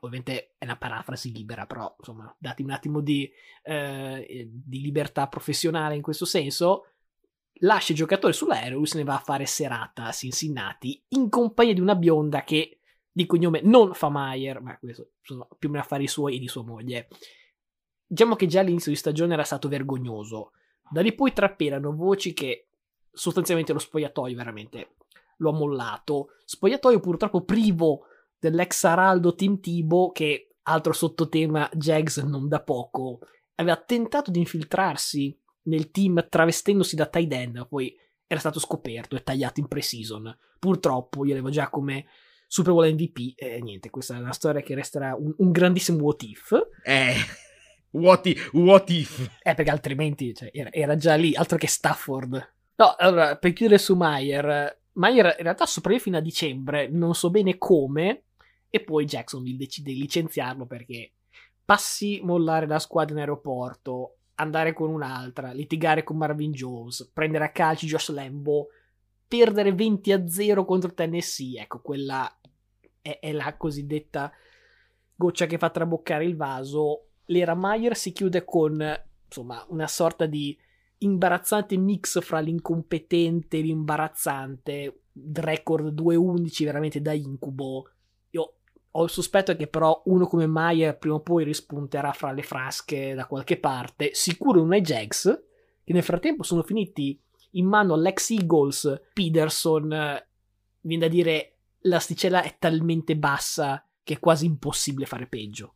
ovviamente è una parafrasi libera, però insomma dati un attimo di, eh, di libertà professionale in questo senso, lascia il giocatore sull'aereo, lui se ne va a fare serata a Cincinnati in compagnia di una bionda che di cognome non fa Meyer, ma questo sono più o meno affari suoi e di sua moglie. Diciamo che già all'inizio di stagione era stato vergognoso, da lì poi trapelano voci che sostanzialmente lo spogliatoio veramente lo ha mollato, spogliatoio purtroppo privo dell'ex Araldo Tim Tebow, che altro sottotema Jags non da poco, aveva tentato di infiltrarsi nel team travestendosi da tight end, poi era stato scoperto e tagliato in pre-season. Purtroppo io l'avevo già come Super Bowl M V P e niente, questa è una storia che resterà un, un grandissimo what if. Eh, what if? What if? Eh, perché altrimenti cioè, era, era già lì, altro che Stafford. No, allora, per chiudere su Meyer, Meyer in realtà sopravvive fino a dicembre, non so bene come, e poi Jacksonville decide di licenziarlo perché passi mollare la squadra in aeroporto, andare con un'altra, litigare con Marvin Jones, prendere a calci Josh Lambo, perdere venti a zero contro Tennessee, ecco, quella è, è la cosiddetta goccia che fa traboccare il vaso. L'era Meyer si chiude con, insomma, una sorta di imbarazzante mix fra l'incompetente e l'imbarazzante, record due undici veramente da incubo. Io ho il sospetto che però uno come Meyer prima o poi rispunterà fra le frasche da qualche parte, sicuro non ai Jags, che nel frattempo sono finiti in mano all'ex Eagles Peterson. Viene da dire l'asticella è talmente bassa che è quasi impossibile fare peggio.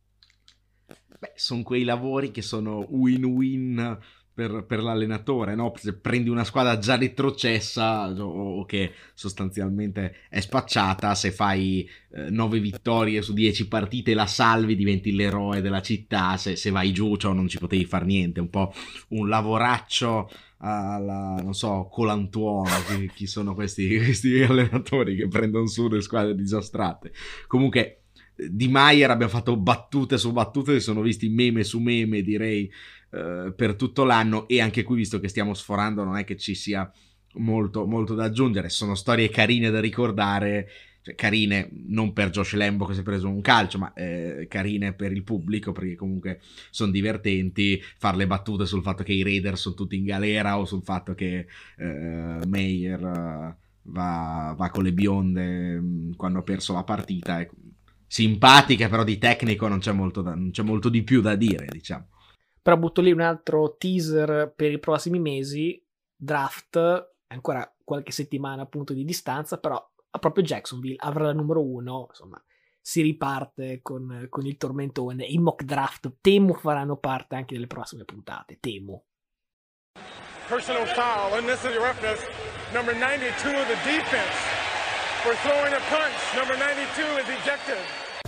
Beh, sono quei lavori che sono win-win per, per l'allenatore, no? Se prendi una squadra già retrocessa o, o che sostanzialmente è spacciata, se fai eh, nove vittorie su dieci partite la salvi, diventi l'eroe della città. Se, se vai giù, cioè, non ci potevi far niente. Un po' un lavoraccio alla, non so, Colantuono, chi, chi sono questi, questi allenatori che prendono su le squadre disastrate. Comunque di Meyer abbiamo fatto battute su battute, si sono visti meme su meme, direi, eh, per tutto l'anno, e anche qui, visto che stiamo sforando, non è che ci sia molto, molto da aggiungere. Sono storie carine da ricordare, cioè, carine non per Josh Lambo che si è preso un calcio, ma eh, carine per il pubblico, perché comunque sono divertenti. Far le battute sul fatto che i Raiders sono tutti in galera, o sul fatto che eh, Meyer uh, va, va con le bionde mh, quando ha perso la partita, ecco. Simpatica, però di tecnico non c'è molto, da, non c'è molto di più da dire, diciamo. Però butto lì un altro teaser per i prossimi mesi. Draft, ancora qualche settimana appunto di distanza, però proprio Jacksonville avrà la numero uno, insomma si riparte con, con il tormentone. I mock draft temo faranno parte anche delle prossime puntate, temo. Personal foul, unnecessary roughness, number ninety-two of the defense. For throwing a punch, number ninety-two is ejected.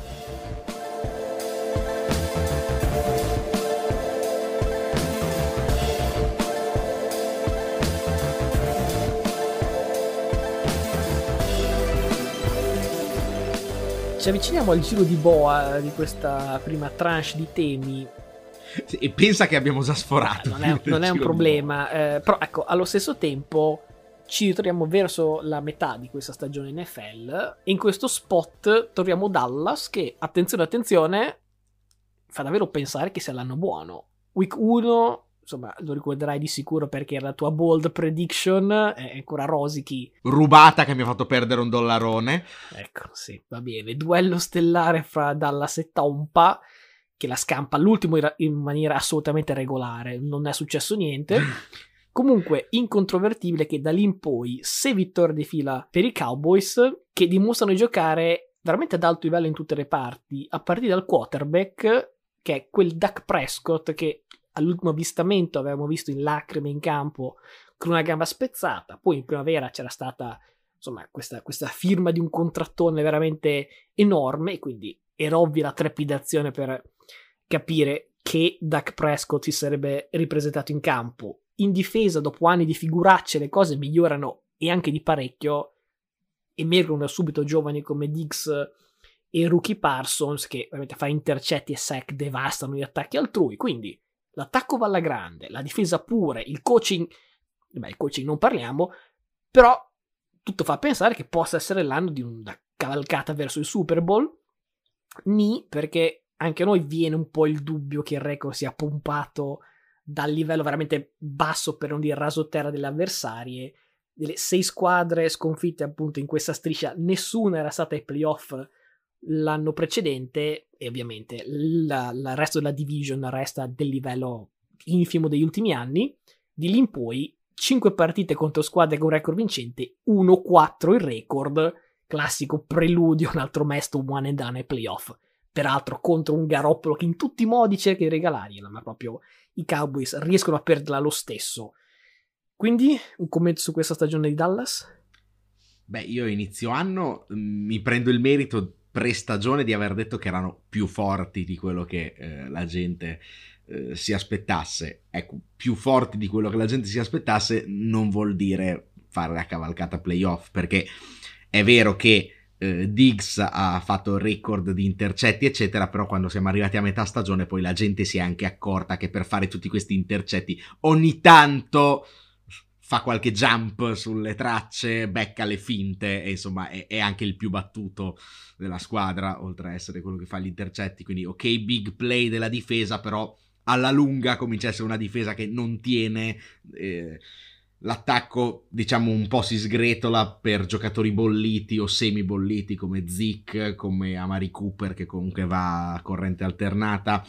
Ci avviciniamo al giro di boa di questa prima tranche di temi. E pensa che abbiamo già sforato. Non è, non è un problema, eh, però ecco, allo stesso tempo ci ritroviamo verso la metà di questa stagione N F L e in questo spot troviamo Dallas che, attenzione attenzione, fa davvero pensare che sia l'anno buono. Week uno, insomma, lo ricorderai di sicuro perché era la tua bold prediction, è ancora rosichi. Rubata che mi ha fatto perdere un dollarone. Ecco, sì, va bene. Duello stellare fra Dallas e Tampa, che la scampa all'ultimo in maniera assolutamente regolare, non è successo niente. Comunque incontrovertibile che da lì in poi sei vittorie di fila per i Cowboys, che dimostrano di giocare veramente ad alto livello in tutte le parti, a partire dal quarterback, che è quel Dak Prescott che all'ultimo avvistamento avevamo visto in lacrime in campo con una gamba spezzata. Poi in primavera c'era stata, insomma, questa, questa firma di un contrattone veramente enorme, e quindi era ovvia la trepidazione per capire che Dak Prescott si sarebbe ripresentato in campo. In difesa, dopo anni di figuracce, le cose migliorano, e anche di parecchio. Emergono da subito giovani come Diggs e Rookie Parsons, che veramente fa intercetti e sack, devastano gli attacchi altrui. Quindi l'attacco va alla grande, la difesa pure, il coaching, beh, il coaching non parliamo, però tutto fa pensare che possa essere l'anno di una cavalcata verso il Super Bowl. Ni, perché anche a noi viene un po' il dubbio che il record sia pompato dal livello veramente basso, per non dire rasoterra, delle avversarie. Delle sei squadre sconfitte appunto in questa striscia, nessuna era stata ai playoff l'anno precedente, e ovviamente la, la resto della division resta del livello infimo degli ultimi anni. Di lì in poi cinque partite contro squadre con record vincente, uno quattro il record, classico preludio, un altro mesto one and done ai playoff, peraltro contro un Garoppolo che in tutti i modi cerca di regalargliela, ma proprio i Cowboys riescono a perderla lo stesso. Quindi un commento su questa stagione di Dallas? Beh, io inizio anno mi prendo il merito pre-stagione di aver detto che erano più forti di quello che eh, la gente eh, si aspettasse. Ecco, più forti di quello che la gente si aspettasse non vuol dire fare la cavalcata playoff, perché è vero che eh, Diggs ha fatto il record di intercetti eccetera, però quando siamo arrivati a metà stagione poi la gente si è anche accorta che per fare tutti questi intercetti ogni tanto fa qualche jump sulle tracce, becca le finte e insomma è, è anche il più battuto della squadra, oltre a essere quello che fa gli intercetti. Quindi ok, big play della difesa, però alla lunga comincia a essere una difesa che non tiene, eh, l'attacco diciamo un po' si sgretola per giocatori bolliti o semi bolliti come Zeke, come Amari Cooper che comunque va a corrente alternata.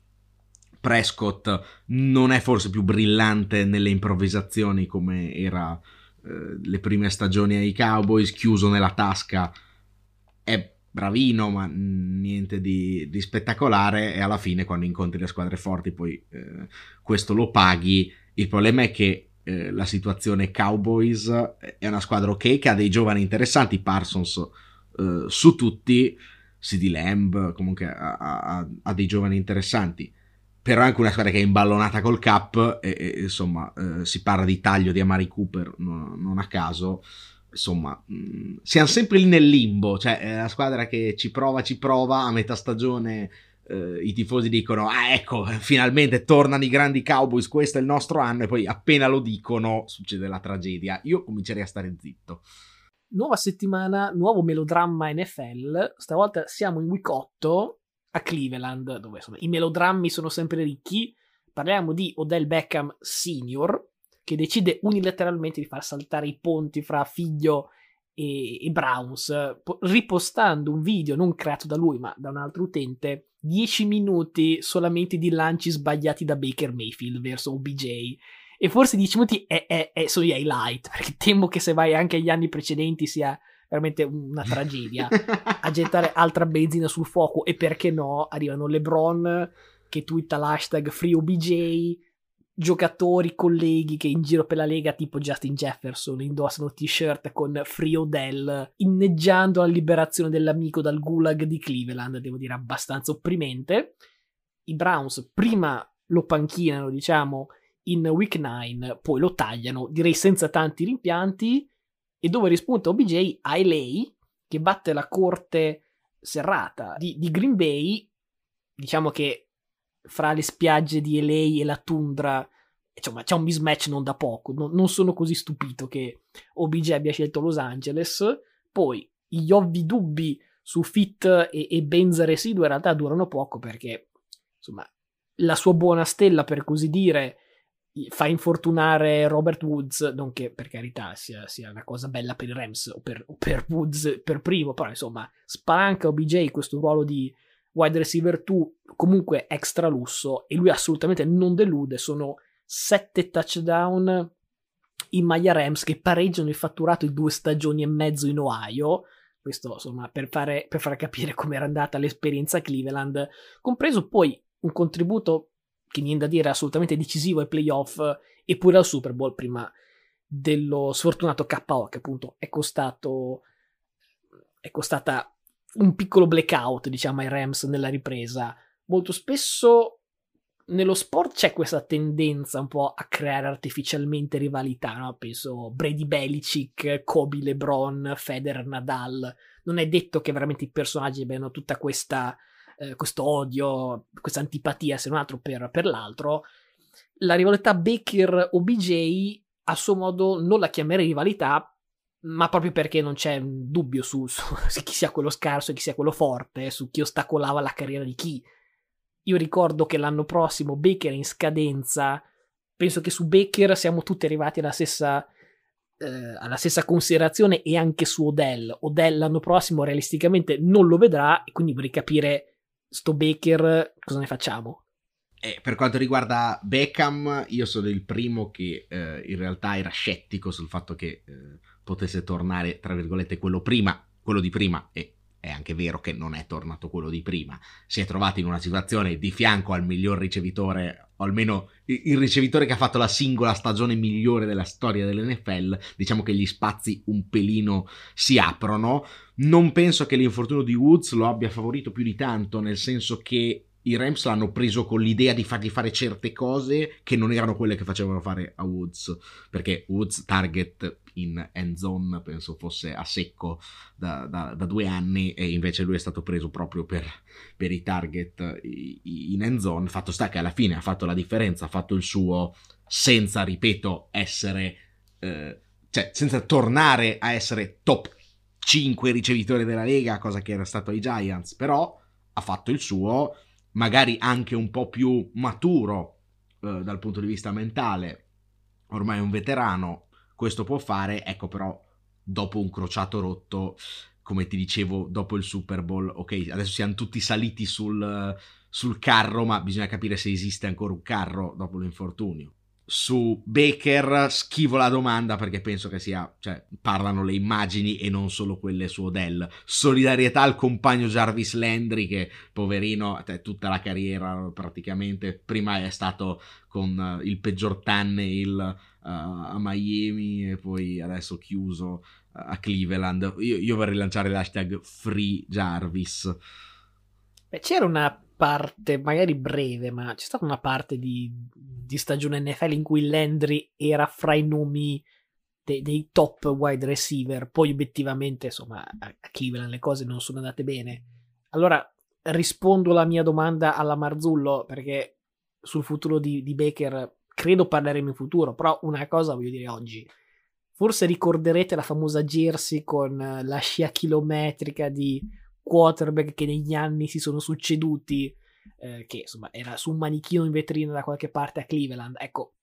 Prescott non è forse più brillante nelle improvvisazioni come era eh, le prime stagioni ai Cowboys, chiuso nella tasca è bravino ma niente di, di spettacolare, e alla fine quando incontri le squadre forti poi eh, questo lo paghi. Il problema è che eh, la situazione Cowboys è una squadra ok che ha dei giovani interessanti, Parsons eh, su tutti, CeeDee Lamb comunque ha, ha, ha dei giovani interessanti, però è anche una squadra che è imballonata col cap e, e insomma eh, si parla di taglio di Amari Cooper no, non a caso, insomma mh, siamo sempre lì nel limbo, cioè è la squadra che ci prova ci prova a metà stagione eh, i tifosi dicono ah ecco finalmente tornano i grandi Cowboys, questo è il nostro anno, e poi appena lo dicono succede la tragedia. Io comincerei a stare zitto. Nuova settimana, nuovo melodramma N F L, stavolta siamo in week otto a Cleveland, dove insomma i melodrammi sono sempre ricchi. Parliamo di Odell Beckham Senior, che decide unilateralmente di far saltare i ponti fra figlio e, e Browns, ripostando un video non creato da lui ma da un altro utente, dieci minuti solamente di lanci sbagliati da Baker Mayfield verso O B J. E forse dieci minuti è, è, è, sono gli highlight, perché temo che se vai anche agli anni precedenti sia veramente una tragedia a gettare altra benzina sul fuoco. E perché no, arrivano LeBron che twitta l'hashtag FreeOBJ, giocatori, colleghi che in giro per la Lega tipo Justin Jefferson indossano t-shirt con Free Odell, inneggiando la liberazione dell'amico dal gulag di Cleveland, devo dire abbastanza opprimente. I Browns prima lo panchinano, diciamo, in week nine, poi lo tagliano, direi senza tanti rimpianti, e dove rispunta O B J a L A, che batte la corte serrata di, di Green Bay. Diciamo che fra le spiagge di L A e la tundra insomma c'è un mismatch non da poco, non, non sono così stupito che O B J abbia scelto Los Angeles. Poi gli ovvi dubbi su fit e, e Benza residua in realtà durano poco, perché insomma la sua buona stella, per così dire, fa infortunare Robert Woods, non che per carità sia, sia una cosa bella per i Rams o per, o per Woods per primo, però insomma spalanca O B J questo ruolo di wide receiver due comunque extra lusso, e lui assolutamente non delude. Sono sette touchdown in maglia Rams che pareggiano il fatturato di due stagioni e mezzo in Ohio. Questo insomma per fare, per far capire com'era andata l'esperienza a Cleveland, compreso poi un contributo che niente da dire, assolutamente decisivo ai playoff e pure al Super Bowl, prima dello sfortunato K O che appunto è costato è costata un piccolo blackout, diciamo, ai Rams nella ripresa. Molto spesso nello sport c'è questa tendenza un po' a creare artificialmente rivalità, no? Penso Brady Belichick, Kobe LeBron, Federer Nadal. Non è detto che veramente i personaggi abbiano tutta questa eh, questo odio, questa antipatia, se non altro per, per l'altro. La rivalità Baker-O B J a suo modo non la chiamerei rivalità, ma proprio perché non c'è un dubbio su, su, su chi sia quello scarso e chi sia quello forte, su chi ostacolava la carriera di chi. Io ricordo che l'anno prossimo Baker è in scadenza, penso che su Baker siamo tutti arrivati alla stessa, eh, alla stessa considerazione, e anche su Odell. Odell l'anno prossimo realisticamente non lo vedrà, e quindi vorrei capire sto Baker cosa ne facciamo. Eh, per quanto riguarda Beckham, io sono il primo che eh, in realtà era scettico sul fatto che eh, potesse tornare, tra virgolette, quello prima, quello di prima, e è anche vero che non è tornato quello di prima. Si è trovato in una situazione di fianco al miglior ricevitore, o almeno il ricevitore che ha fatto la singola stagione migliore della storia dell'N F L. Diciamo che gli spazi un pelino si aprono. Non penso che l'infortunio di Woods lo abbia favorito più di tanto, nel senso che i Rams l'hanno preso con l'idea di fargli fare certe cose che non erano quelle che facevano fare a Woods, perché Woods target in end zone penso fosse a secco da, da, da due anni, e invece lui è stato preso proprio per, per i target in end zone. Fatto sta che alla fine ha fatto la differenza, ha fatto il suo, senza, ripeto, essere eh, cioè senza tornare a essere top cinque ricevitori della Lega, cosa che era stato ai Giants, però ha fatto il suo, magari anche un po' più maturo eh, dal punto di vista mentale, ormai è un veterano, questo può fare. Ecco, però dopo un crociato rotto, come ti dicevo, dopo il Super Bowl, ok, adesso siamo tutti saliti sul, sul carro, ma bisogna capire se esiste ancora un carro dopo l'infortunio. Su Baker schivo la domanda, perché penso che sia, cioè, parlano le immagini e non solo quelle su Odell. Solidarietà al compagno Jarvis Landry, che poverino, cioè, tutta la carriera praticamente, prima è stato con uh, il peggior Tannehill uh, a Miami, e poi adesso chiuso uh, a Cleveland. Io, io vorrei lanciare l'hashtag Free Jarvis. Beh, c'era una parte, magari breve, ma c'è stata una parte di, di stagione N F L in cui Landry era fra i nomi de, dei top wide receiver. Poi obiettivamente, insomma, a Cleveland le cose non sono andate bene. Allora rispondo alla mia domanda alla Marzullo, perché sul futuro di, di Baker credo parleremo in futuro, però una cosa voglio dire oggi. Forse ricorderete la famosa jersey con la scia chilometrica di quarterback che negli anni si sono succeduti, eh, che insomma era su un manichino in vetrina da qualche parte a Cleveland. Ecco,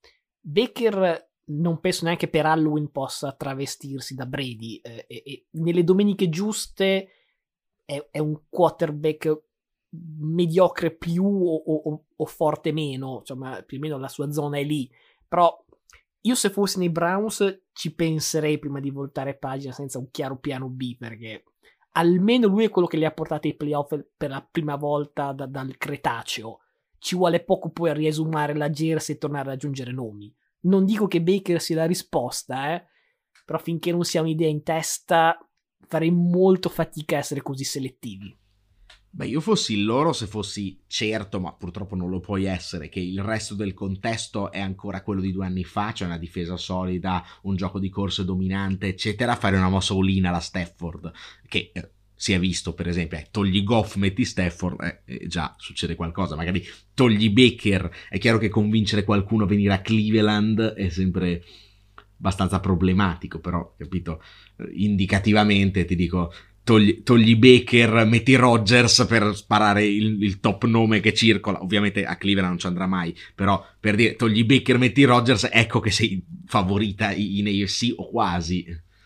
Baker non penso neanche per Halloween possa travestirsi da Brady, eh, e, e nelle domeniche giuste è, è un quarterback mediocre più o, o, o forte meno, insomma più o meno la sua zona è lì. Però io se fossi nei Browns ci penserei prima di voltare pagina senza un chiaro piano B, perché almeno lui è quello che li ha portati ai playoff per la prima volta da, dal Cretaceo. Ci vuole poco poi a riesumare la jersey e tornare ad aggiungere nomi. Non dico che Baker sia la risposta, eh, però finché non si ha un'idea in testa farei molto fatica a essere così selettivi. Beh, io fossi loro, se fossi certo, ma purtroppo non lo puoi essere, che il resto del contesto è ancora quello di due anni fa, cioè una difesa solida, un gioco di corse dominante, eccetera, fare una mossa all-in alla Stafford, che eh, si è visto, per esempio, eh, togli Goff, metti Stafford, eh, eh, già succede qualcosa. Magari togli Baker, è chiaro che convincere qualcuno a venire a Cleveland è sempre abbastanza problematico, però, capito, eh, indicativamente ti dico... Togli, togli Baker, metti Rodgers per sparare il, il top nome che circola. Ovviamente a Cleveland non ci andrà mai, però per dire, togli Baker, metti Rodgers, ecco che sei favorita in A F C o quasi.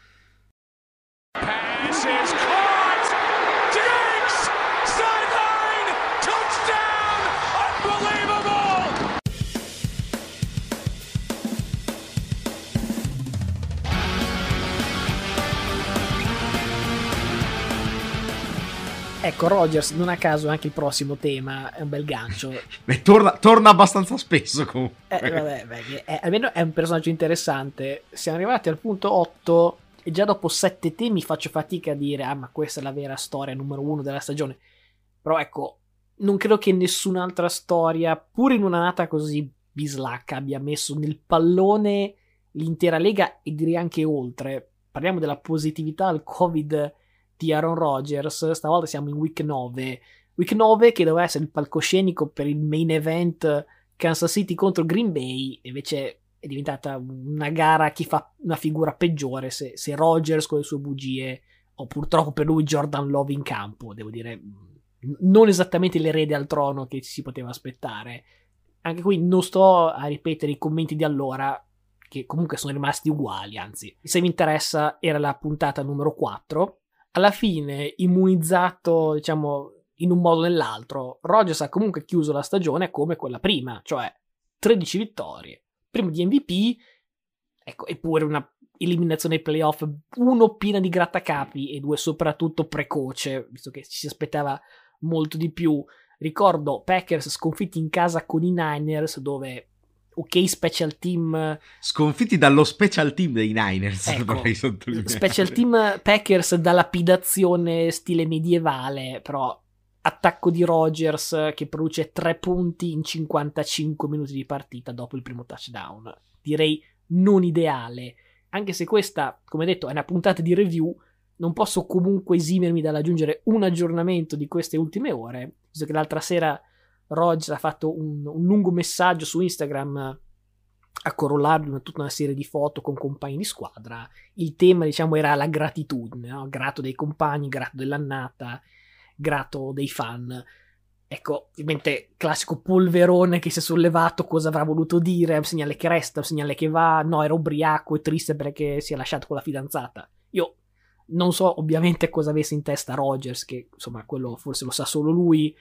Pass is caught! Diggs! Sideline! Touchdown! Unbelievable! Ecco, Rodgers, non a caso anche il prossimo tema è un bel gancio. Beh, torna, torna abbastanza spesso comunque. Eh, vabbè, beh, è, almeno è un personaggio interessante. Siamo arrivati al punto otto e già dopo sette temi faccio fatica a dire ah, ma questa è la vera storia numero uno della stagione. Però ecco, non credo che nessun'altra storia, pur in una nata così bislacca, abbia messo nel pallone l'intera Lega e direi anche oltre. Parliamo della positività al Covid di Aaron Rodgers. Stavolta siamo in week nove. Week nove che doveva essere il palcoscenico per il main event Kansas City contro Green Bay, invece è diventata una gara a chi fa una figura peggiore, se, se Rodgers con le sue bugie o purtroppo per lui Jordan Love in campo, devo dire non esattamente l'erede al trono che si poteva aspettare. Anche qui non sto a ripetere i commenti di allora, che comunque sono rimasti uguali, anzi, se vi interessa era la puntata numero quattro. Alla fine, immunizzato, diciamo, in un modo o nell'altro, Rodgers ha comunque chiuso la stagione come quella prima, cioè tredici vittorie, primo di M V P, ecco, eppure una eliminazione ai playoff, uno piena di grattacapi e due soprattutto precoce, visto che ci si aspettava molto di più. Ricordo Packers sconfitti in casa con i Niners, dove ok special team sconfitti dallo special team dei Niners, ecco, dovrei sottolineare. Special team Packers da lapidazione stile medievale, però attacco di Rodgers che produce tre punti in cinquantacinque minuti di partita dopo il primo touchdown, direi non ideale, anche se questa, come detto, è una puntata di review. Non posso comunque esimermi dall'aggiungere un aggiornamento di queste ultime ore, visto che l'altra sera Rodgers ha fatto un, un lungo messaggio su Instagram a corollargli una, tutta una serie di foto con compagni di squadra. Il tema, diciamo, era la gratitudine, no? Grato dei compagni, grato dell'annata, grato dei fan. Ecco, ovviamente classico polverone che si è sollevato, cosa avrà voluto dire, un segnale che resta, un segnale che va, no, era ubriaco e triste perché si è lasciato con la fidanzata. Io non so ovviamente cosa avesse in testa Rodgers, che insomma quello forse lo sa solo lui,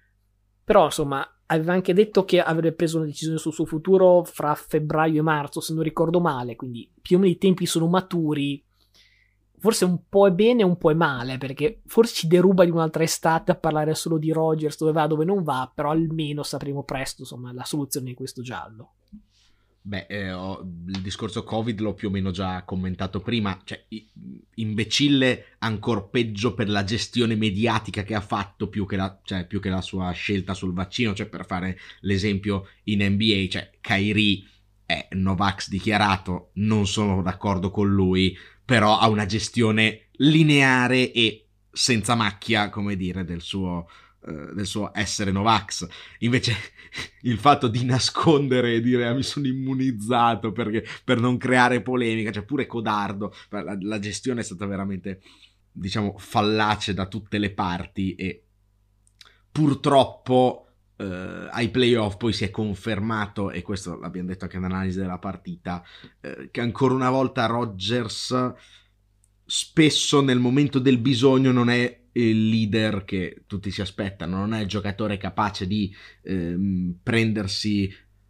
però insomma aveva anche detto che avrebbe preso una decisione sul suo futuro fra febbraio e marzo, se non ricordo male, quindi più o meno i tempi sono maturi. Forse un po' è bene e un po' è male, perché forse ci deruba di un'altra estate a parlare solo di Rodgers, dove va, dove non va, però almeno sapremo presto insomma la soluzione di questo giallo. Beh, eh, ho, il discorso Covid l'ho più o meno già commentato prima, cioè imbecille ancor peggio per la gestione mediatica che ha fatto più che la, cioè, più che la sua scelta sul vaccino, cioè per fare l'esempio in N B A, cioè Kyrie è Novax dichiarato, non sono d'accordo con lui, però ha una gestione lineare e senza macchia, come dire, del suo... del suo essere Novax. Invece il fatto di nascondere e dire ah, mi sono immunizzato perché, per non creare polemica, cioè pure codardo, la, la gestione è stata veramente, diciamo, fallace da tutte le parti e purtroppo eh, ai playoff poi si è confermato, e questo l'abbiamo detto anche nell'analisi della partita, eh, che ancora una volta Rodgers spesso nel momento del bisogno non è il leader che tutti si aspettano, non è il giocatore capace di ehm, prendersi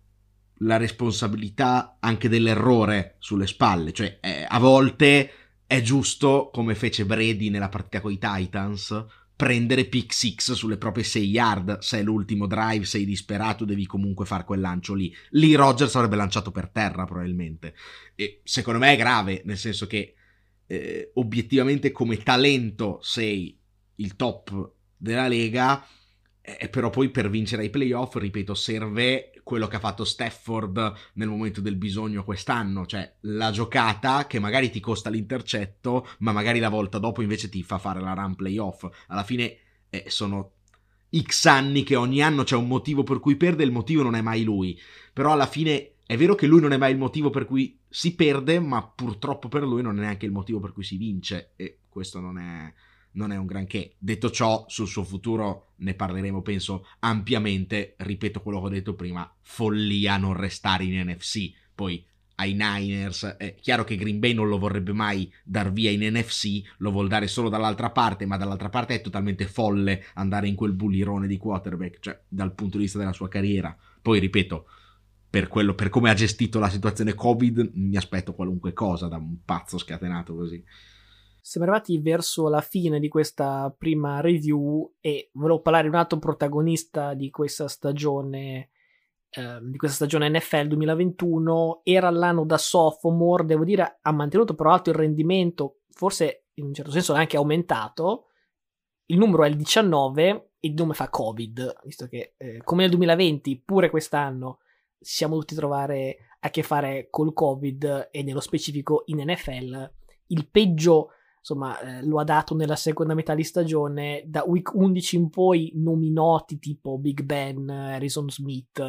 la responsabilità anche dell'errore sulle spalle, cioè eh, a volte è giusto, come fece Brady nella partita con i Titans, prendere pick six sulle proprie sei yard, se è l'ultimo drive, sei disperato, devi comunque fare quel lancio lì. Lì Rodgers avrebbe lanciato per terra probabilmente, e secondo me è grave, nel senso che eh, obiettivamente come talento sei il top della Lega, eh, però poi per vincere ai playoff, ripeto, serve quello che ha fatto Stafford nel momento del bisogno quest'anno, cioè la giocata che magari ti costa l'intercetto, ma magari la volta dopo invece ti fa fare la run playoff. Alla fine eh, sono X anni che ogni anno c'è un motivo per cui perde, il motivo non è mai lui, però alla fine è vero che lui non è mai il motivo per cui si perde, ma purtroppo per lui non è neanche il motivo per cui si vince, e questo non è... non è un granché. Detto ciò, sul suo futuro ne parleremo penso ampiamente. Ripeto quello che ho detto prima, follia non restare in N F C. Poi ai Niners è chiaro che Green Bay non lo vorrebbe mai dar via in N F C, lo vuol dare solo dall'altra parte, ma dall'altra parte è totalmente folle andare in quel bulirone di quarterback, cioè dal punto di vista della sua carriera. Poi ripeto, per quello, per come ha gestito la situazione Covid, mi aspetto qualunque cosa da un pazzo scatenato così. Siamo arrivati verso la fine di questa prima review e volevo parlare di un altro protagonista di questa stagione, eh, di questa stagione N F L duemilaventuno. Era l'anno da sophomore, devo dire ha mantenuto però alto il rendimento, forse in un certo senso l'ha anche aumentato. Il numero è il diciannove e il nome fa Covid, visto che eh, come nel duemilaventi pure quest'anno siamo dovuti trovare a che fare col Covid, e nello specifico in N F L il peggio insomma eh, lo ha dato nella seconda metà di stagione. Da week undici in poi nomi noti tipo Big Ben, Harrison Smith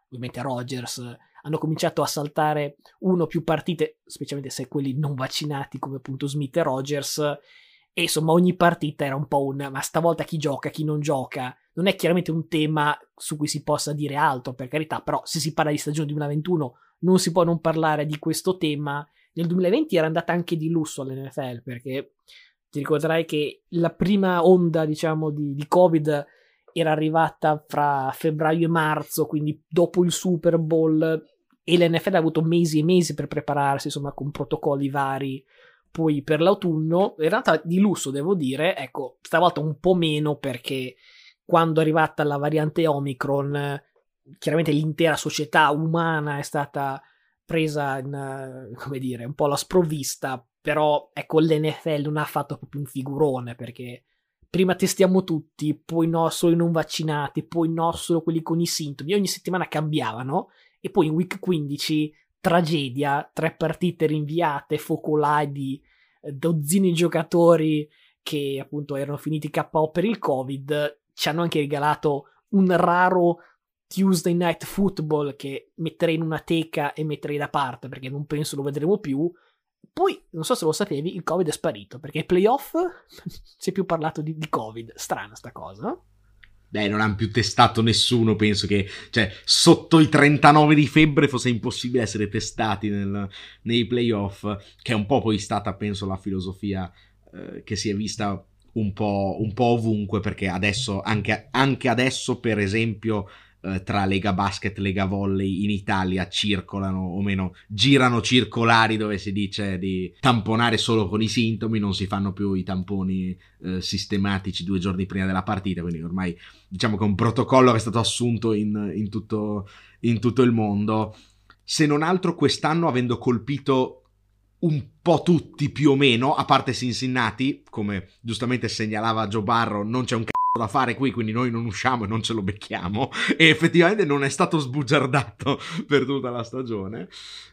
ovviamente Rodgers, hanno cominciato a saltare uno o più partite, specialmente se quelli non vaccinati come appunto Smith e Rodgers, e insomma ogni partita era un po' un ma stavolta chi gioca, chi non gioca. Non è chiaramente un tema su cui si possa dire altro, per carità, però se si parla di stagione duemilaventuno non si può non parlare di questo tema. Nel duemilaventi era andata anche di lusso all'N F L, perché ti ricorderai che la prima onda, diciamo, di, di Covid era arrivata fra febbraio e marzo, quindi dopo il Super Bowl, e l'N F L ha avuto mesi e mesi per prepararsi, insomma, con protocolli vari. Poi per l'autunno, in realtà di lusso devo dire, ecco, stavolta un po' meno, perché quando è arrivata la variante Omicron, chiaramente l'intera società umana è stata presa in, come dire, un po' alla sprovvista, però ecco l'N F L non ha fatto proprio un figurone, perché prima testiamo tutti, poi no solo i non vaccinati, poi no solo quelli con i sintomi, ogni settimana cambiavano, e poi in week quindici tragedia, tre partite rinviate, focolai di dozzine di giocatori che appunto erano finiti K O per il Covid. Ci hanno anche regalato un raro Tuesday Night Football che metterei in una teca e metterei da parte, perché non penso lo vedremo più. Poi, non so se lo sapevi, il Covid è sparito, perché ai playoff si è più parlato di, di Covid. Strana sta cosa, no? Beh, non hanno più testato nessuno, penso che, cioè, sotto i trentanove di febbre fosse impossibile essere testati nel, nei playoff, che è un po' poi stata, penso, la filosofia eh, che si è vista un po', un po' ovunque, perché adesso, anche, anche adesso, per esempio, eh, tra Lega Basket e Lega Volley in Italia circolano, o meno, girano circolari dove si dice di tamponare solo con i sintomi, non si fanno più i tamponi eh, sistematici due giorni prima della partita, quindi ormai diciamo che è un protocollo che è stato assunto in, in, tutto, in tutto il mondo. Se non altro quest'anno, avendo colpito un po' tutti più o meno, a parte Cincinnati, come giustamente segnalava Joe Burrow, non c'è un c***o da fare qui, quindi noi non usciamo e non ce lo becchiamo, e effettivamente non è stato sbugiardato per tutta la stagione.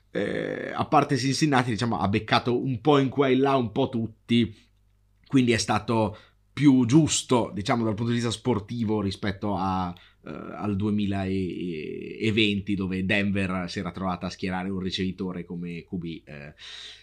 Eh, a parte Cincinnati, diciamo, ha beccato un po' in qua e là, un po' tutti, quindi è stato più giusto, diciamo, dal punto di vista sportivo rispetto a, uh, al duemilaventi, dove Denver si era trovata a schierare un ricevitore come Q B. Eh,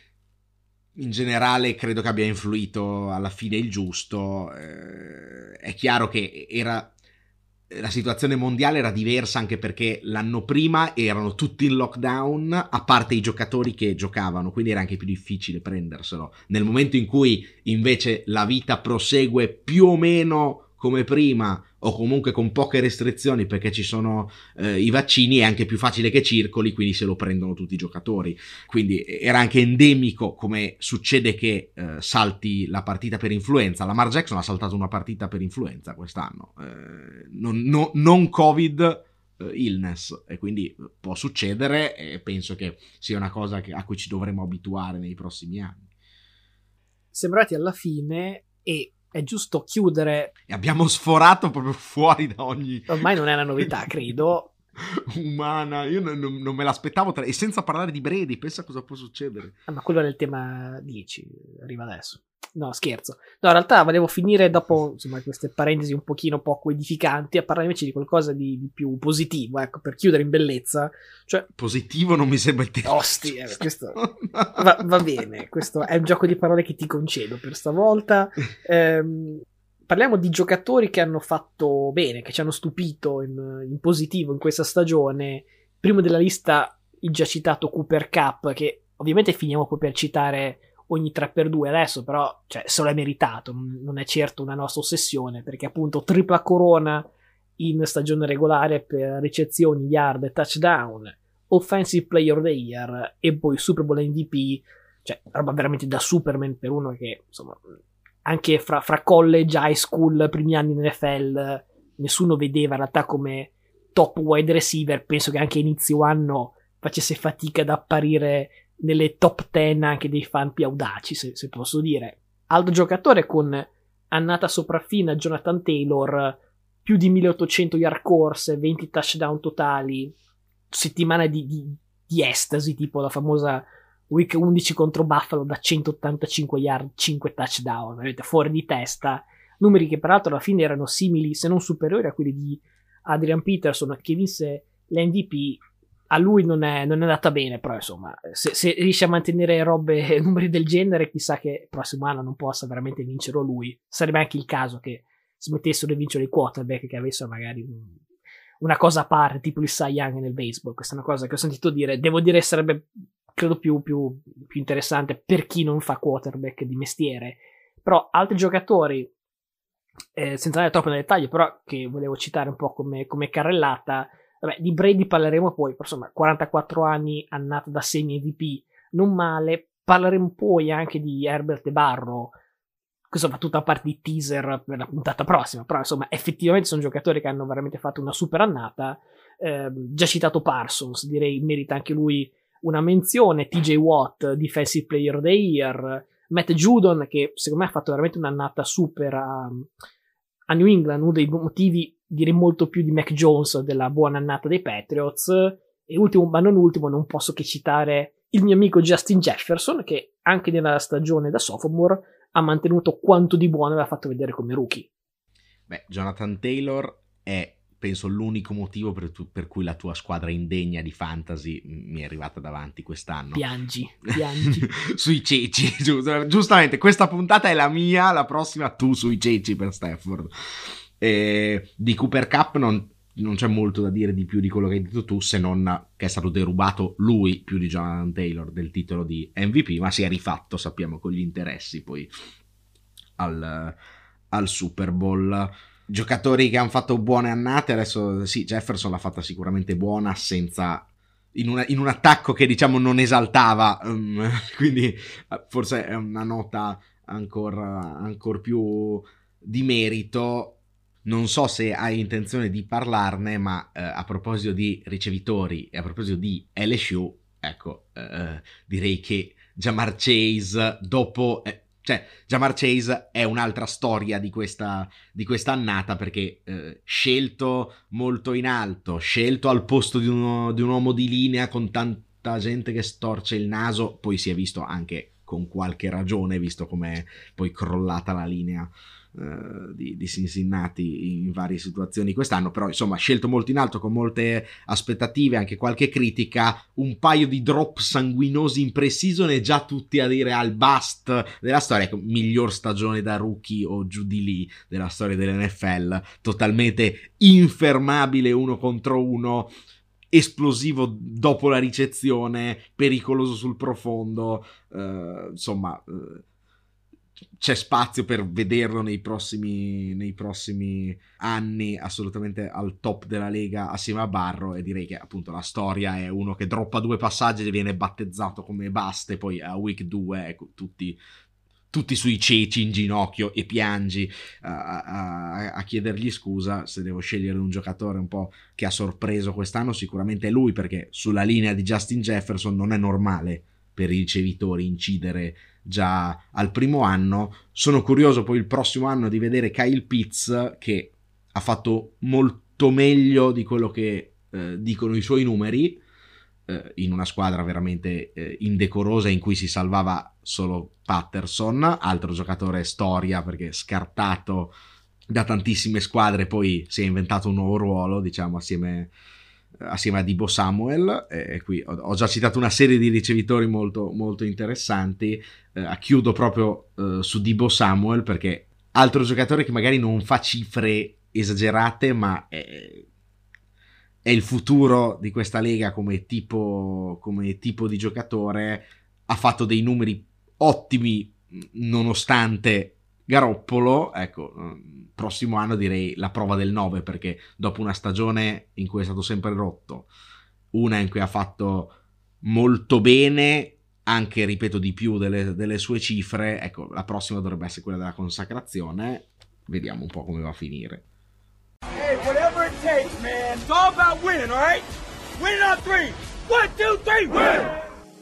in generale credo che abbia influito alla fine il giusto. Eh, è chiaro che era la situazione mondiale era diversa, anche perché l'anno prima erano tutti in lockdown, a parte i giocatori che giocavano, quindi era anche più difficile prenderselo. Nel momento in cui invece la vita prosegue più o meno come prima, o comunque con poche restrizioni perché ci sono eh, i vaccini, è anche più facile che circoli, quindi se lo prendono tutti i giocatori. Quindi era anche endemico, come succede che eh, salti la partita per influenza. Lamar Jackson ha saltato una partita per influenza quest'anno, eh, non, no, non Covid eh, illness, e quindi può succedere, e penso che sia una cosa che, a cui ci dovremo abituare nei prossimi anni. Sembrati alla fine, e è giusto chiudere. E abbiamo sforato proprio fuori da ogni... Ormai non è una novità, credo. Umana, io non, non, non me l'aspettavo. Tra... E senza parlare di Brady, pensa cosa può succedere. Ah, ma quello era il tema dieci, arriva adesso. No, scherzo. No, in realtà volevo finire dopo, insomma, queste parentesi un pochino poco edificanti, a parlare invece di qualcosa di, di più positivo, ecco, per chiudere in bellezza. Cioè, positivo non mi sembra il tema. Osti, eh, questo va, va bene, questo è un gioco di parole che ti concedo per stavolta. Ehm, parliamo di giocatori che hanno fatto bene, che ci hanno stupito in, in positivo in questa stagione. Primo della lista il già citato Cooper Kupp, che ovviamente finiamo poi per citare ogni tre per due adesso, però cioè, se lo è meritato, non è certo una nostra ossessione, perché appunto tripla corona in stagione regolare per ricezioni, yard e touchdown, Offensive Player of the Year e poi Super Bowl M V P, cioè roba veramente da Superman per uno che insomma anche fra, fra college, high school, primi anni in N F L nessuno vedeva in realtà come top wide receiver. Penso che anche inizio anno facesse fatica ad apparire nelle top dieci anche dei fan più audaci, se, se posso dire. Altro giocatore con annata sopraffina Jonathan Taylor, più di milleottocento yard corse, venti touchdown totali, settimana di, di, di estasi, tipo la famosa week undici contro Buffalo da centottantacinque yard, cinque touchdown, vedete, fuori di testa, numeri che peraltro alla fine erano simili se non superiori a quelli di Adrian Peterson, che vinse l'M V P a lui non è, non è andata bene, però insomma, se, se riesce a mantenere robe, numeri del genere, chissà che il prossimo anno non possa veramente vincerlo lui. Sarebbe anche il caso che smettessero di vincere i quarterback, che avessero magari un, una cosa a parte, tipo il Cy Young nel baseball. Questa è una cosa che ho sentito dire, devo dire sarebbe, credo, più, più, più interessante per chi non fa quarterback di mestiere. Però altri giocatori, eh, senza andare troppo nei dettagli, però che volevo citare un po' come, come carrellata. Vabbè, di Brady parleremo poi, però insomma, quarantaquattro anni, annata da semi M V P, non male. Parleremo poi anche di Herbert e Barrow, questo fa tutta parte di teaser per la puntata prossima, però insomma, effettivamente sono giocatori che hanno veramente fatto una super annata. Eh, già citato Parsons, direi merita anche lui una menzione. T J Watt, Defensive Player of the Year, Matt Judon, che secondo me ha fatto veramente un'annata super a, a New England, uno dei motivi, direi molto più di Mac Jones, della buona annata dei Patriots. E ultimo, ma non ultimo, non posso che citare il mio amico Justin Jefferson, che anche nella stagione da sophomore ha mantenuto quanto di buono aveva fatto vedere come rookie. Beh, Jonathan Taylor è, penso, l'unico motivo per, tu, per cui la tua squadra indegna di fantasy mi è arrivata davanti quest'anno. Piangi, piangi. Sui ceci, giusto, giustamente, questa puntata è la mia, la prossima tu sui ceci per Stafford. Eh, di Cooper Cup non, non c'è molto da dire di più di quello che hai detto tu, se non che è stato derubato lui più di Jonathan Taylor del titolo di M V P, ma si è rifatto, sappiamo, con gli interessi poi al, al Super Bowl. Giocatori che hanno fatto buone annate, adesso sì, Jefferson l'ha fatta sicuramente buona, senza in, una, in un attacco che diciamo non esaltava, um, quindi forse è una nota ancora ancor più di merito. Non so se hai intenzione di parlarne, ma eh, a proposito di ricevitori e a proposito di L S U, ecco, eh, direi che Ja'Marr Chase dopo... Eh, cioè, Ja'Marr Chase è un'altra storia di questa, di questa annata, perché eh, scelto molto in alto, scelto al posto di, uno, di un uomo di linea con tanta gente che storce il naso, poi si è visto anche con qualche ragione, visto com'è poi crollata la linea Uh, di, di Cincinnati in varie situazioni quest'anno, però insomma scelto molto in alto, con molte aspettative, anche qualche critica, un paio di drop sanguinosi in pre-season e già tutti a dire al bust della storia, ecco, miglior stagione da rookie o giù di lì della storia dell'N F L, totalmente infermabile uno contro uno, esplosivo dopo la ricezione, pericoloso sul profondo, uh, insomma uh, c'è spazio per vederlo nei prossimi, nei prossimi anni assolutamente al top della lega assieme a Barrow, e direi che appunto la storia è uno che droppa due passaggi e viene battezzato come basta, e poi a week due ecco, tutti, tutti sui ceci in ginocchio e piangi a, a, a chiedergli scusa. Se devo scegliere un giocatore un po' che ha sorpreso quest'anno, sicuramente è lui, perché sulla linea di Justin Jefferson non è normale per i ricevitori incidere già al primo anno. Sono curioso poi il prossimo anno di vedere Kyle Pitts, che ha fatto molto meglio di quello che eh, dicono i suoi numeri, eh, in una squadra veramente eh, indecorosa in cui si salvava solo Patterson, altro giocatore storia perché scartato da tantissime squadre, poi si è inventato un nuovo ruolo, diciamo, assieme assieme a Deebo Samuel. E qui ho, ho già citato una serie di ricevitori molto, molto interessanti. Eh, chiudo proprio eh, su Deebo Samuel, perché altro giocatore che magari non fa cifre esagerate, ma è, è il futuro di questa lega come tipo, come tipo di giocatore. Ha fatto dei numeri ottimi nonostante Garoppolo. Ecco, prossimo anno direi la prova del nove, perché dopo una stagione in cui è stato sempre rotto, una in cui ha fatto molto bene, anche ripeto di più delle, delle sue cifre, ecco, la prossima dovrebbe essere quella della consacrazione. Vediamo un po' come va a finire. Hey, whatever it takes, man. It's all about winning, all right? Win on three. One, two, three, win!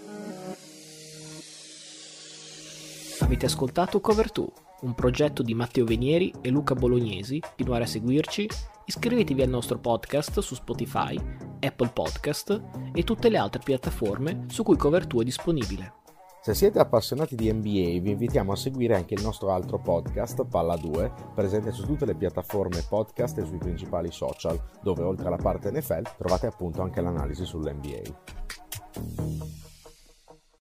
Avete ascoltato Cover due, un progetto di Matteo Venieri e Luca Bolognesi. Continuare a seguirci, iscrivetevi al nostro podcast su Spotify, Apple Podcast e tutte le altre piattaforme su cui Cover due è disponibile. Se siete appassionati di N B A, vi invitiamo a seguire anche il nostro altro podcast, Palla due, presente su tutte le piattaforme podcast e sui principali social, dove oltre alla parte N F L trovate appunto anche l'analisi sull'N B A.